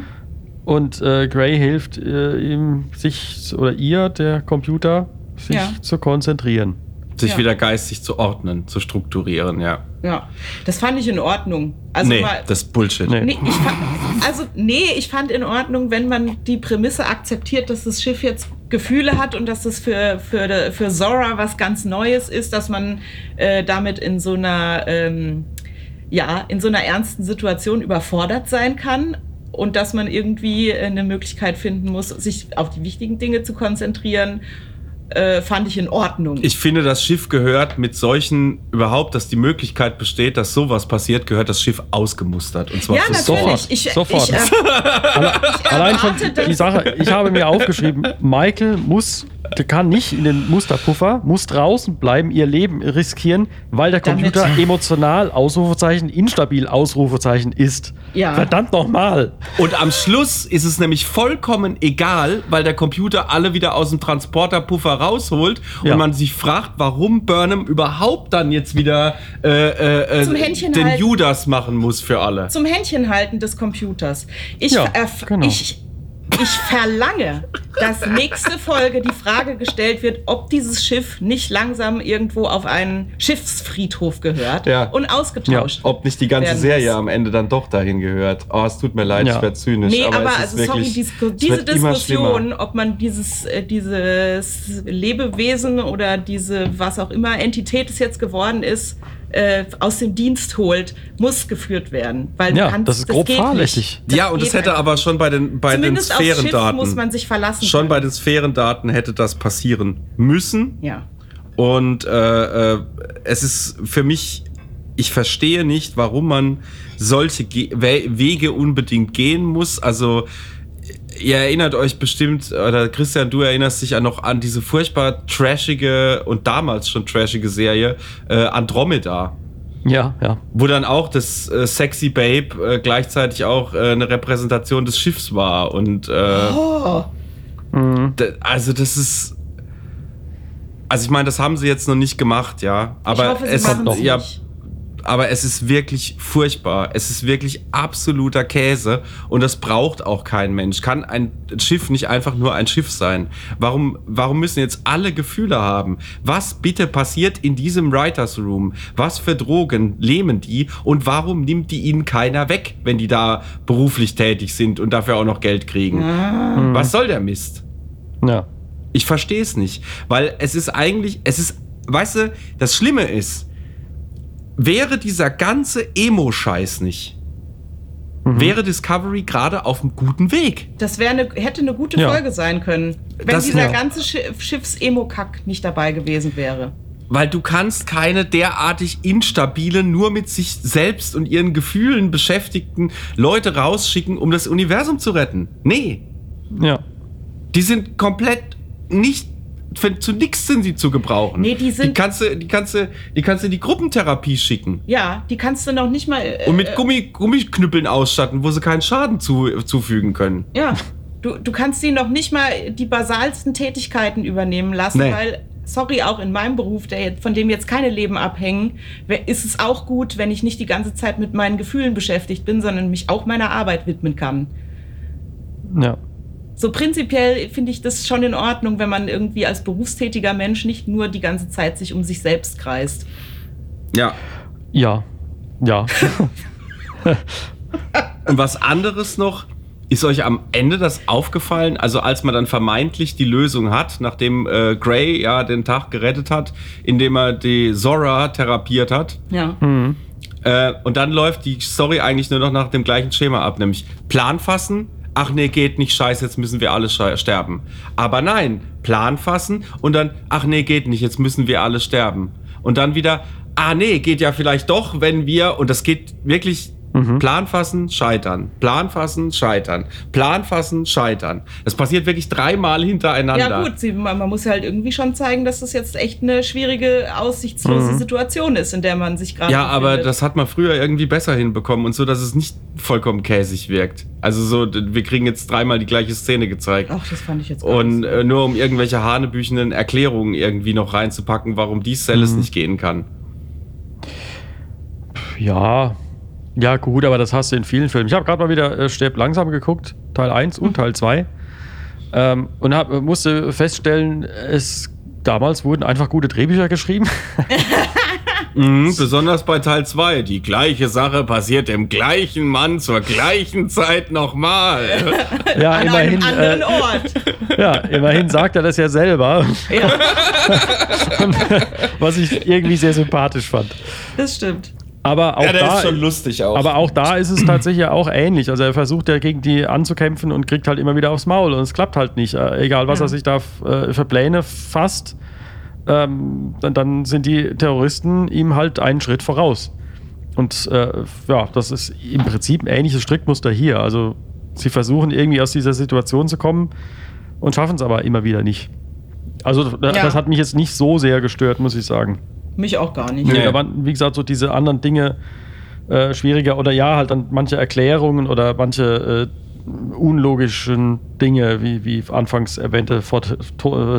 und äh, Grey hilft äh, ihm, sich oder ihr, der Computer, sich Ja. zu konzentrieren. Sich Ja. wieder geistig zu ordnen, zu strukturieren, ja. ja. Das fand ich in Ordnung. Also nee, mal, das ist Bullshit. Nee. nee, ich fand, also nee, ich fand in Ordnung, wenn man die Prämisse akzeptiert, dass das Schiff jetzt Gefühle hat und dass das für, für, für Zora was ganz Neues ist, dass man äh, damit in so einer ähm, ja, in so einer ernsten Situation überfordert sein kann und dass man irgendwie eine Möglichkeit finden muss, sich auf die wichtigen Dinge zu konzentrieren, äh, fand ich in Ordnung. Ich finde, das Schiff gehört mit solchen, überhaupt, dass die Möglichkeit besteht, dass sowas passiert, gehört das Schiff ausgemustert. Und zwar ja, für natürlich. sofort. Ich, Sofort. Ich, äh, Allein schon erwarte, dass- die Sache, ich habe mir aufgeschrieben, Michael muss, der kann nicht in den Musterpuffer, muss draußen bleiben, ihr Leben riskieren, weil der Damit- Computer emotional, Ausrufezeichen, instabil, Ausrufezeichen ist. Ja. Verdammt nochmal. Und am Schluss ist es nämlich vollkommen egal, weil der Computer alle wieder aus dem Transporterpuffer rausholt Ja. und man sich fragt, warum Burnham überhaupt dann jetzt wieder äh, äh, Zum Händchen den halten. Judas machen muss für alle. Zum Händchenhalten des Computers. Ich, Ja, äh, genau. ich, ich verlange, dass nächste Folge die Frage gestellt wird, ob dieses Schiff nicht langsam irgendwo auf einen Schiffsfriedhof gehört Ja. und ausgetauscht. Ob nicht die ganze werden Serie muss. am Ende dann doch dahin gehört. Oh, es tut mir leid, Ja. ich werde zynisch. Nee, aber, es ist also wirklich, sorry, es dies, diese wird immer Diskussion, schlimmer. ob man dieses, äh, dieses Lebewesen oder diese, was auch immer Entität es jetzt geworden ist, äh, aus dem Dienst holt, muss geführt werden. Weil du Ja, kannst, das ist grob geht fahrlässig. nicht. Ja, und das geht hätte einfach. aber schon bei den, bei den Zumindest aufs Schiff Sphärendaten. muss man sich verlassen Schon können. bei den Sphärendaten hätte das passieren müssen. Ja. Und äh, äh, es ist für mich, ich verstehe nicht, warum man solche Ge We Wege unbedingt gehen muss. Also ihr erinnert euch bestimmt, oder Christian, du erinnerst dich ja noch an diese furchtbar trashige und damals schon trashige Serie äh, Andromeda. Ja, ja. Wo dann auch das äh, sexy Babe äh, gleichzeitig auch äh, eine Repräsentation des Schiffs war. Und äh, Oh, Mhm. d- also das ist... Also ich meine, das haben sie jetzt noch nicht gemacht, ja. Aber ich hoffe, sie es machen noch. es ja, nicht. aber es ist wirklich furchtbar. Es ist wirklich absoluter Käse und das braucht auch kein Mensch. Kann ein Schiff nicht einfach nur ein Schiff sein? Warum, warum müssen jetzt alle Gefühle haben? Was bitte passiert in diesem Writers Room? Was für Drogen nehmen die und warum nimmt die ihnen keiner weg, wenn die da beruflich tätig sind und dafür auch noch Geld kriegen? Was soll der Mist? Ja. Ich verstehe es nicht, weil es ist eigentlich, es ist, weißt du, das Schlimme ist, wäre dieser ganze Emo-Scheiß nicht, wäre Discovery gerade auf einem guten Weg. Das wäre eine, hätte eine gute Ja. Folge sein können, wenn Das- dieser ja. ganze Schiff, Schiffs-Emo-Kack nicht dabei gewesen wäre. weil du kannst keine derartig instabilen, nur mit sich selbst und ihren Gefühlen beschäftigten Leute rausschicken, um das Universum zu retten. Nee. Ja. Die sind komplett nicht, für, zu nichts sind sie zu gebrauchen. Nee, die sind- Die kannst du, die kannst du, die kannst du in die Gruppentherapie schicken. Ja, die kannst du noch nicht mal... Äh, Und mit Gummi, Gummiknüppeln ausstatten, wo sie keinen Schaden zu, zufügen können. Ja, du, du kannst sie noch nicht mal die basalsten Tätigkeiten übernehmen lassen, Nee. weil, sorry, auch in meinem Beruf, der jetzt, von dem jetzt keine Leben abhängen, wär- ist es auch gut, wenn ich nicht die ganze Zeit mit meinen Gefühlen beschäftigt bin, sondern mich auch meiner Arbeit widmen kann. Ja. So prinzipiell finde ich das schon in Ordnung, wenn man irgendwie als berufstätiger Mensch nicht nur die ganze Zeit sich um sich selbst kreist. Ja. Ja. Ja. Und was anderes noch, ist euch am Ende das aufgefallen? Also als man dann vermeintlich die Lösung hat, nachdem äh, Grey ja den Tag gerettet hat, indem er die Zora therapiert hat. Ja. Äh, und dann läuft die Story eigentlich nur noch nach dem gleichen Schema ab, nämlich Plan fassen. Ach nee, geht nicht, scheiße, jetzt müssen wir alle sche- sterben. Aber nein, Plan fassen und dann, ach nee, geht nicht, jetzt müssen wir alle sterben. Und dann wieder, ah nee, geht ja vielleicht doch, wenn wir, und das geht wirklich, Mhm. Plan fassen, scheitern, Plan fassen, scheitern, Plan fassen, scheitern. Das passiert wirklich dreimal hintereinander. Ja gut, sie, man, man muss ja halt irgendwie schon zeigen, dass das jetzt echt eine schwierige, aussichtslose Situation ist, in der man sich gerade Ja, aber befindet. das hat man früher irgendwie besser hinbekommen und so, dass es nicht vollkommen käsig wirkt. Also so, d- wir kriegen jetzt dreimal die gleiche Szene gezeigt. Ach, das fand ich jetzt gar Und nicht so. äh, nur um irgendwelche hanebüchenden Erklärungen irgendwie noch reinzupacken, warum dies Cells nicht gehen kann. Ja. Ja, gut, aber das hast du in vielen Filmen. Ich habe gerade mal wieder äh, Stirb langsam geguckt, Teil eins und Teil zwei. Ähm, und hab, musste feststellen, es damals wurden einfach gute Drehbücher geschrieben. Mhm, besonders bei Teil zwei. Die gleiche Sache passiert dem gleichen Mann zur gleichen Zeit nochmal. Ja, An immerhin, einem anderen äh, Ort. ja, immerhin sagt er das ja selber, Ja, was ich irgendwie sehr sympathisch fand. das stimmt. Aber auch da, lustig auch. aber auch da ist es tatsächlich auch ähnlich. Also er versucht ja gegen die anzukämpfen und kriegt halt immer wieder aufs Maul und es klappt halt nicht. Äh, egal, was Ja. er sich da äh, für Pläne fasst, ähm, dann, dann sind die Terroristen ihm halt einen Schritt voraus. Und äh, ja, das ist im Prinzip ein ähnliches Strickmuster hier. Also sie versuchen irgendwie aus dieser Situation zu kommen und schaffen es aber immer wieder nicht. Also da- Ja. das hat mich jetzt nicht so sehr gestört, muss ich sagen. Mich auch gar nicht. Nee. Da waren, wie gesagt, so diese anderen Dinge äh, schwieriger oder ja, halt dann manche Erklärungen oder manche äh, unlogischen Dinge, wie, wie anfangs erwähnte Phot to äh,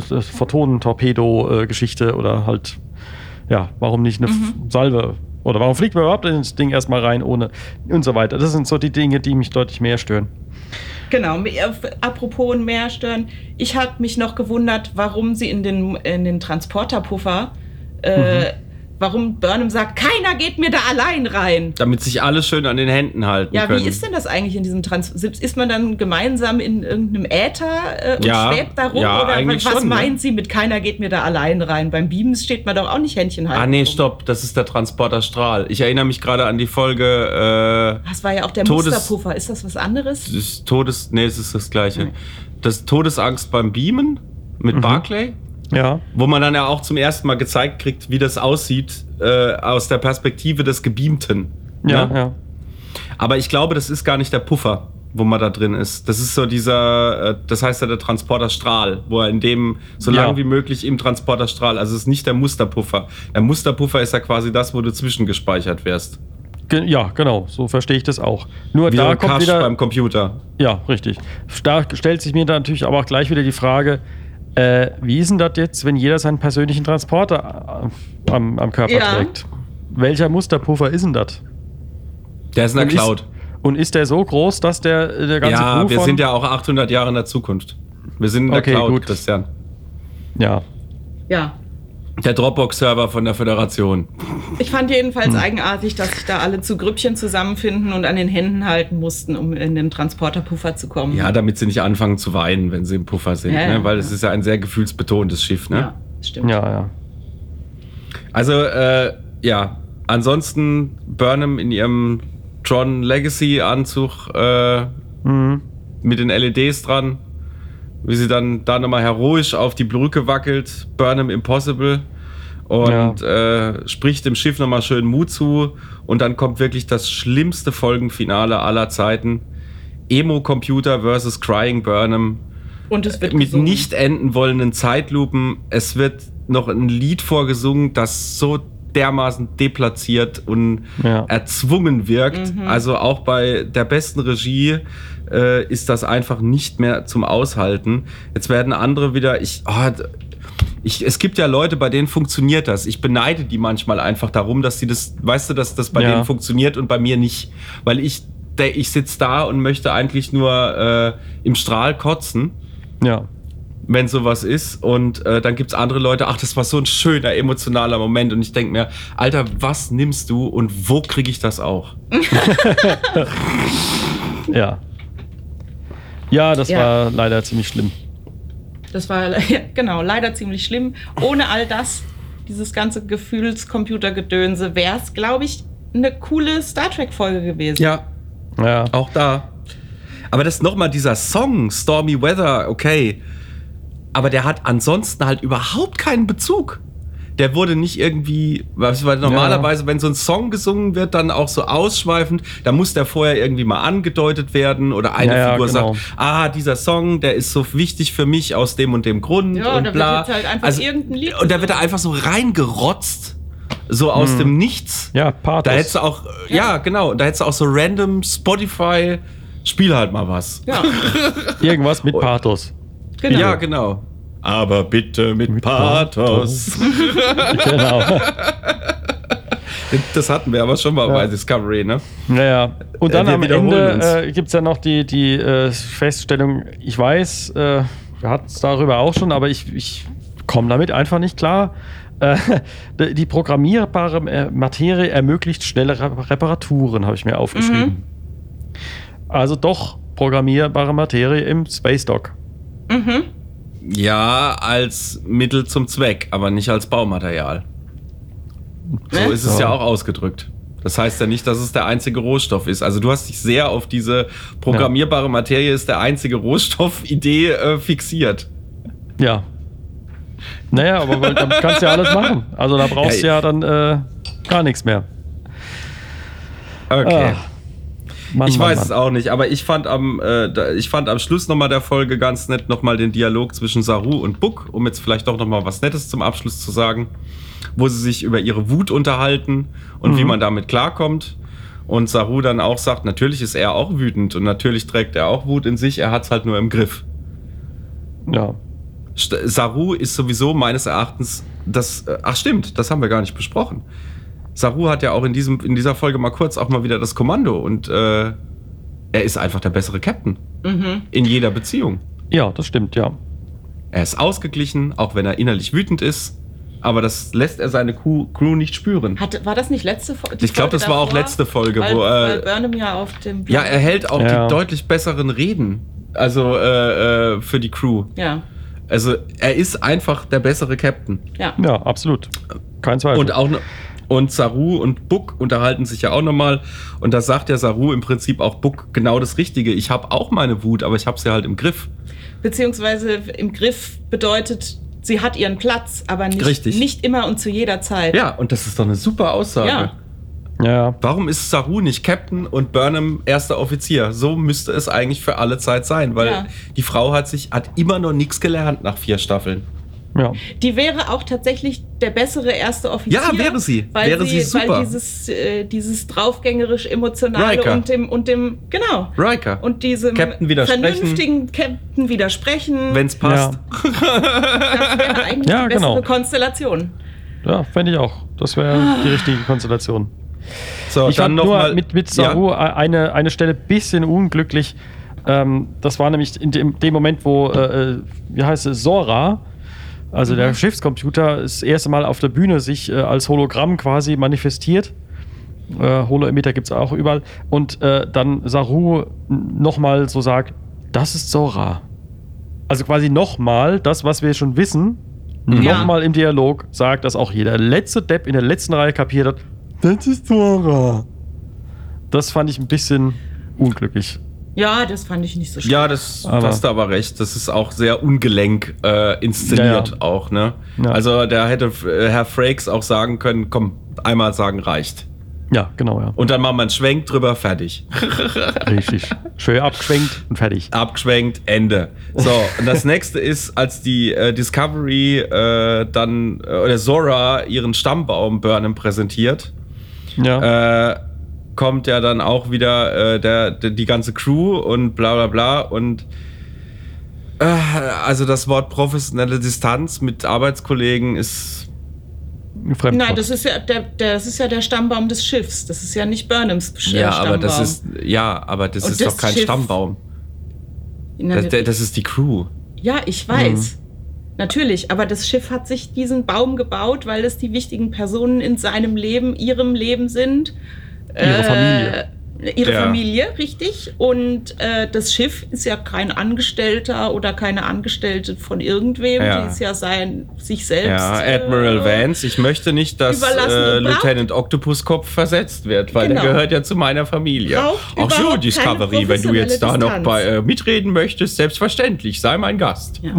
Photonen-Torpedo-Geschichte oder halt, ja, warum nicht eine F- Salve oder warum fliegt man überhaupt in das Ding erstmal rein ohne und so weiter. Das sind so die Dinge, die mich deutlich mehr stören. Genau, mir- äh, apropos mehr stören, ich habe mich noch gewundert, warum sie in den, in den Transporterpuffer, äh, warum Burnham sagt, keiner geht mir da allein rein. Damit sich alle schön an den Händen halten Ja, können. wie ist denn das eigentlich in diesem Transport? Ist man dann gemeinsam in irgendeinem Äther äh, und Ja, schwebt da rum? ja, Oder eigentlich was schon, ne? meint sie mit keiner geht mir da allein rein? Beim Beamen steht man doch auch nicht Händchen halten. Ah nee, rum. stopp, das ist der Transporterstrahl. Ich erinnere mich gerade an die Folge äh, Das war ja auch der Todes- Musterpuffer. Ist das was anderes? des Todes... Nee, es ist das gleiche. Nee. Das Todesangst beim Beamen mit Barclay. Ja. Wo man dann ja auch zum ersten Mal gezeigt kriegt, wie das aussieht äh, aus der Perspektive des Gebeamten. Ja, Ne? ja. Aber ich glaube, das ist gar nicht der Puffer, wo man da drin ist. Das ist so dieser, äh, das heißt ja der Transporterstrahl, wo er in dem, so Ja. lang wie möglich im Transporterstrahl, also es ist nicht der Musterpuffer. Der Musterpuffer ist ja quasi das, wo du zwischengespeichert wirst. Ge ja, genau, so verstehe ich das auch. Nur Wie da so ein kommt Cache wieder. beim Computer. Ja, richtig. Da stellt sich mir dann natürlich aber auch gleich wieder die Frage, äh, wie ist denn das jetzt, wenn jeder seinen persönlichen Transporter äh, am, am Körper Ja. trägt? Welcher Musterpuffer ist denn das? Der ist in der Und ist- Cloud. Und ist der so groß, dass der, der ganze Ja, Crew wir von... sind ja auch achthundert Jahre in der Zukunft. Wir sind in der Okay, Cloud, gut. Christian. Ja, Ja. Der Dropbox-Server von der Föderation. Ich fand Hm. jedenfalls eigenartig, dass sich da alle zu Grüppchen zusammenfinden und an den Händen halten mussten, um in den Transporterpuffer zu kommen. Ja, damit sie nicht anfangen zu weinen, wenn sie im Puffer sind. Ja, ja, ne? Weil ja. es ist ja ein sehr gefühlsbetontes Schiff. Ne? Ja, stimmt. ja, ja. Also, äh, ja. Ansonsten Burnham in ihrem Tron Legacy-Anzug äh, Mhm. mit den L E Ds dran. Wie sie dann da nochmal heroisch auf die Brücke wackelt. Burnham Impossible. und ja. äh, spricht dem Schiff nochmal schön Mut zu und dann kommt wirklich das schlimmste Folgenfinale aller Zeiten. Emo-Computer versus Crying Burnham. Und es wird mit gesungen. nicht enden wollenden Zeitlupen. Es wird noch ein Lied vorgesungen, das so dermaßen deplatziert und ja. erzwungen wirkt. Mhm. Also auch bei der besten Regie äh, ist das einfach nicht mehr zum Aushalten. Jetzt werden andere wieder, ich, oh, ich, es gibt ja Leute, bei denen funktioniert das. Ich beneide die manchmal einfach darum, dass sie das, weißt du, dass das bei ja. denen funktioniert und bei mir nicht. Weil ich, der, ich sitze da und möchte eigentlich nur äh, im Strahl kotzen. Ja. Wenn sowas ist und äh, dann gibt's andere Leute, ach, das war so ein schöner, emotionaler Moment und ich denke mir, Alter, was nimmst du und wo kriege ich das auch? ja. Ja, das Ja. war leider ziemlich schlimm. Das war, ja, genau, leider ziemlich schlimm. Ohne all das, dieses ganze Gefühlscomputergedönse, wäre es, glaube ich, eine coole Star Trek-Folge gewesen. Ja, Ja. auch da. Aber das nochmal, dieser Song, Stormy Weather, okay, aber der hat ansonsten halt überhaupt keinen Bezug. Der wurde nicht irgendwie, weil normalerweise, ja. wenn so ein Song gesungen wird, dann auch so ausschweifend, da muss der vorher irgendwie mal angedeutet werden oder eine ja, Figur genau. sagt, ah, dieser Song, der ist so wichtig für mich aus dem und dem Grund Ja, und da bla. wird jetzt halt einfach also, irgendein Lied und da wird er einfach so reingerotzt, so aus hm. dem Nichts. Ja, Pathos. Da hättest du auch, ja, ja genau, da hättest du auch so random Spotify, spiel halt mal was. Ja, Irgendwas mit Pathos. genau. Ja, genau. Aber bitte mit, Mit Pathos. Genau. Das hatten wir aber schon mal Ja. bei Discovery, ne? Naja, und dann Äh, wir am wiederholen uns. Ende äh, gibt es ja noch die, die äh, Feststellung, ich weiß, äh, wir hatten es darüber auch schon, aber ich, ich komme damit einfach nicht klar. Äh, die programmierbare äh, Materie ermöglicht schnelle Re- Reparaturen, habe ich mir aufgeschrieben. Mhm. Also doch programmierbare Materie im Space Dock. Mhm. Ja, als Mittel zum Zweck, aber nicht als Baumaterial. So Ne? ist es Ja. ja auch ausgedrückt. Das heißt ja nicht, dass es der einzige Rohstoff ist. Also du hast dich sehr auf diese programmierbare Materie ist der einzige Rohstoff-Idee äh, fixiert. Ja. Naja, aber damit kannst du ja alles machen. Also da brauchst du Ja, ja dann äh, gar nichts mehr. Okay. Ah. Mann, ich Mann, weiß Mann. es auch nicht, aber ich fand am, äh, da, ich fand am Schluss nochmal der Folge ganz nett nochmal den Dialog zwischen Saru und Book, um jetzt vielleicht doch nochmal was Nettes zum Abschluss zu sagen, wo sie sich über ihre Wut unterhalten und Mhm. wie man damit klarkommt. Und Saru dann auch sagt, natürlich ist er auch wütend und natürlich trägt er auch Wut in sich, er hat es halt nur im Griff. Ja. St- Saru ist sowieso meines Erachtens das, äh, ach stimmt, das haben wir gar nicht besprochen. Saru hat ja auch in, diesem, in dieser Folge mal kurz auch mal wieder das Kommando und äh, er ist einfach der bessere Captain. Mhm. In jeder Beziehung. Ja, das stimmt, ja. Er ist ausgeglichen, auch wenn er innerlich wütend ist, aber das lässt er seine Crew, Crew nicht spüren. Hatte, war das nicht letzte Folge? Ich glaube, das war auch letzte Folge, weil, wo weil er... Burnham ja auf dem... Ja, er hält auch Ja. die deutlich besseren Reden, also äh, äh, für die Crew. Ja, Also er ist einfach der bessere Captain. ja. Ja, absolut. Kein Zweifel. Und auch und Saru und Book unterhalten sich ja auch nochmal. Und da sagt der Saru im Prinzip auch Book genau das Richtige. Ich habe auch meine Wut, aber ich habe sie halt im Griff. Beziehungsweise im Griff bedeutet, sie hat ihren Platz, aber nicht, Richtig. nicht immer und zu jeder Zeit. Ja, und das ist doch eine super Aussage. Ja. ja. Warum ist Saru nicht Captain und Burnham erster Offizier? So müsste es eigentlich für alle Zeit sein, weil Ja. die Frau hat sich hat immer noch nichts gelernt nach vier Staffeln. Ja. Die wäre auch tatsächlich der bessere erste Offizier. Ja, wäre sie. Weil Wäre sie super. Weil dieses, äh, dieses draufgängerisch emotionale Riker. und dem, und dem, genau. Riker. Und diesem Captain widersprechen. vernünftigen Captain widersprechen. Wenn's passt. das wäre eigentlich Ja, die bessere genau. Konstellation. Ja, fände ich auch. Das wäre die richtige Konstellation. So, Ich dann fand noch nur mal, mit, mit Saru eine, eine Stelle ein bisschen unglücklich. Ähm, das war nämlich in dem, dem Moment, wo, äh, wie heißt es, Zora, also der Schiffscomputer, das erste Mal auf der Bühne sich äh, als Hologramm quasi manifestiert. Äh, Holo-Emitter gibt es auch überall. Und äh, dann Saru nochmal so sagt, das ist Zora. Also quasi nochmal das, was wir schon wissen, Ja. nochmal im Dialog sagt, dass auch jeder letzte Depp in der letzten Reihe kapiert hat, das ist Zora. Das fand ich ein bisschen unglücklich. Ja, das fand ich nicht so schlimm. Ja, das Aber- hast du aber recht. Das ist auch sehr ungelenk äh, inszeniert Ja, ja. auch, ne? Ja. Also da hätte äh, Herr Frakes auch sagen können, komm, einmal sagen reicht. Ja, genau, ja. Und dann machen wir einen Schwenk drüber, fertig. Richtig. Schön abgeschwenkt und fertig. Abgeschwenkt, Ende. So, und das nächste ist, als die äh, Discovery äh, dann, äh, oder Zora ihren Stammbaum Burnham präsentiert, Ja. äh, kommt ja dann auch wieder äh, der, der, die ganze Crew und bla bla bla und äh, also das Wort professionelle Distanz mit Arbeitskollegen ist Fremdwort. Nein, das ist ja der, der, das ist ja der Stammbaum des Schiffs. Das ist ja nicht Burnhams Sch- ja, Stammbaum. aber das ist ja, aber das Und ist das doch kein Schiff- Stammbaum. Na, Das, das ist die Crew. ja, ich weiß. Natürlich, aber das Schiff hat sich diesen Baum gebaut, weil es die wichtigen Personen in seinem Leben, ihrem Leben sind. Ihre Familie. Ihre Ja. Familie, richtig. Und äh, das Schiff ist ja kein Angestellter oder keine Angestellte von irgendwem. Ja. Die ist ja sein, sich selbst. Ja, Admiral äh, Vance. Ich möchte nicht, dass überlassen äh, und braucht- Lieutenant Octopuskopf versetzt wird, weil Genau. der gehört ja zu meiner Familie. Braucht Ach so, überhaupt Discovery, keine wenn du jetzt da professionelle noch bei, Distanz. äh, mitreden möchtest, selbstverständlich, sei mein Gast. Ja.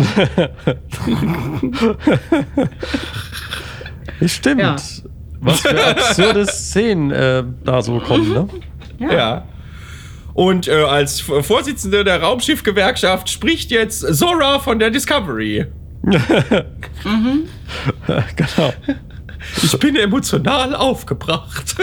Das stimmt. Ja. Was für absurde Szenen äh, da so kommen, ne? Ja. Ja. Und äh, als V- Vorsitzende der Raumschiffgewerkschaft spricht jetzt Zora von der Discovery. Genau. Ich bin emotional aufgebracht.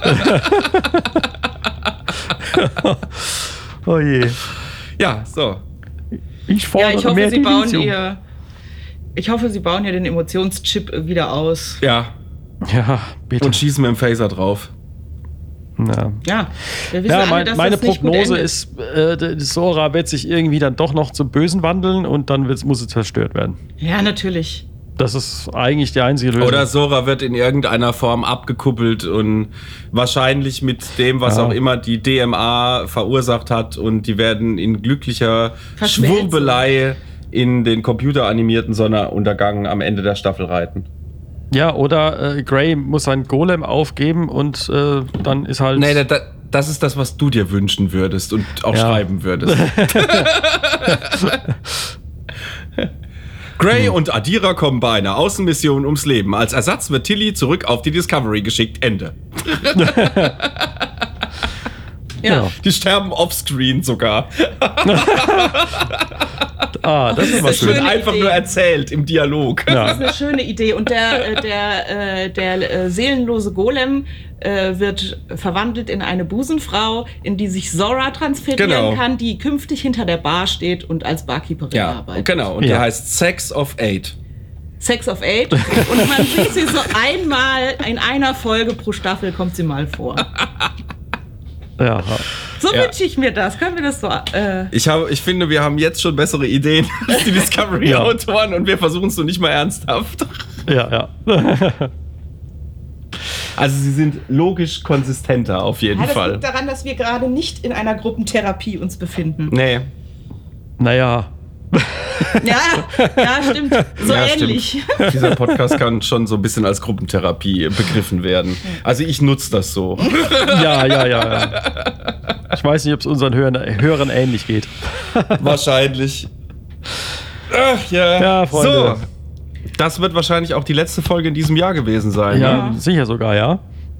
Oh je. Ja, so. Ich Ja, fordere ich hoffe, mehr sie bauen Divisium. ihr. Ich hoffe, sie bauen ihr den Emotionschip wieder aus. Ja. Ja, bitte. Und schießen mit dem Phaser drauf. Ja. Ja, wir wissen Ja, alle, mein, dass meine das nicht gut Prognose endet. ist, äh, die Sora wird sich irgendwie dann doch noch zum Bösen wandeln und dann wird's, muss sie zerstört werden. Ja, natürlich. Das ist eigentlich die einzige Lösung. Oder Sora wird in irgendeiner Form abgekuppelt und wahrscheinlich mit dem, was Ja. auch immer die D M A verursacht hat, und die werden in glücklicher Verschmelzen. Schwurbelei in den computeranimierten Sonnenuntergang am Ende der Staffel reiten. Ja, oder äh, Grey muss sein Golem aufgeben und äh, dann ist halt. Nee, da, das ist das, was du dir wünschen würdest und auch Ja. schreiben würdest. Grey und Adira kommen bei einer Außenmission ums Leben. Als Ersatz wird Tilly zurück auf die Discovery geschickt. Ende. Ja. Die sterben offscreen sogar. Ah, das ist aber Das ist schön. Wird Schöne einfach Idee. nur erzählt im Dialog. Das Ja. ist eine schöne Idee. Und der, äh, der, äh, der äh, seelenlose Golem äh, wird verwandelt in eine Busenfrau, in die sich Zora transferieren Genau. kann, die künftig hinter der Bar steht und als Barkeeperin Ja, arbeitet. genau. Und Ja. der heißt Sex of Eight. Sex of Eight. Und man sieht sie so einmal in einer Folge pro Staffel kommt sie mal vor. Ja. So Ja. wünsche ich mir das. Können wir das so? Äh, Ich, habe, ich finde, wir haben jetzt schon bessere Ideen als die Discovery-Autoren und wir versuchen es so nicht mal ernsthaft. Ja, ja. Also sie sind logisch konsistenter auf jeden ja, das Fall. liegt daran, dass wir gerade nicht in einer Gruppentherapie uns befinden. Nee. Naja. Ja, ja, stimmt. So Ja, ähnlich. stimmt. Dieser Podcast kann schon so ein bisschen als Gruppentherapie begriffen werden. Also ich nutze das so. Ja, ja, ja, ja. Ich weiß nicht, ob es unseren Hörern, Hörern ähnlich geht. Wahrscheinlich. Ach ja. Ja, Freunde. So. Das wird wahrscheinlich auch die letzte Folge in diesem Jahr gewesen sein. Ja, ne? sicher sogar, ja.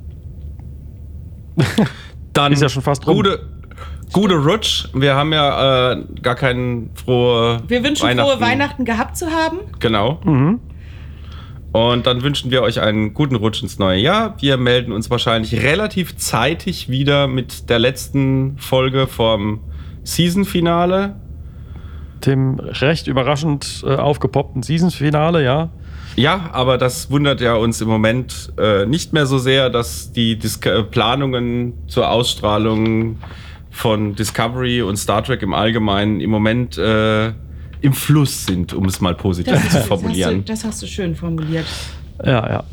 Dann Ist ja schon fast rum. Gute, gute Rutsch. Wir haben ja äh, gar keinen frohe Wir wünschen frohe Weihnachten gehabt zu haben. Genau. Mhm. Und dann wünschen wir euch einen guten Rutsch ins neue Jahr. Wir melden uns wahrscheinlich relativ zeitig wieder mit der letzten Folge vom Season-Finale. Dem recht überraschend äh, aufgepoppten Season-Finale, ja. Ja, aber das wundert ja uns im Moment äh, nicht mehr so sehr, dass die Dis- äh, Planungen zur Ausstrahlung von Discovery und Star Trek im Allgemeinen im Moment äh, im Fluss sind, um es mal positiv zu formulieren. Das hast, du, das hast du schön formuliert. Ja, ja.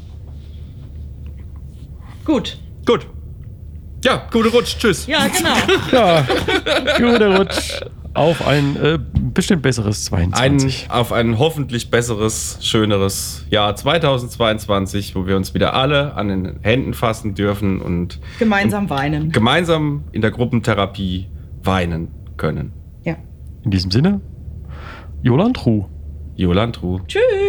Gut. Gut. Ja, gute Rutsch. Tschüss. Ja, genau. Ja, guter Rutsch auf ein äh, bestimmt besseres Ein, zweiundzwanzig. auf ein hoffentlich besseres, schöneres Jahr zweitausendzweiundzwanzig, wo wir uns wieder alle an den Händen fassen dürfen und Gemeinsam weinen. gemeinsam in der Gruppentherapie weinen können. Ja. In diesem Sinne, Jolan True. Jolan True. Tschüss.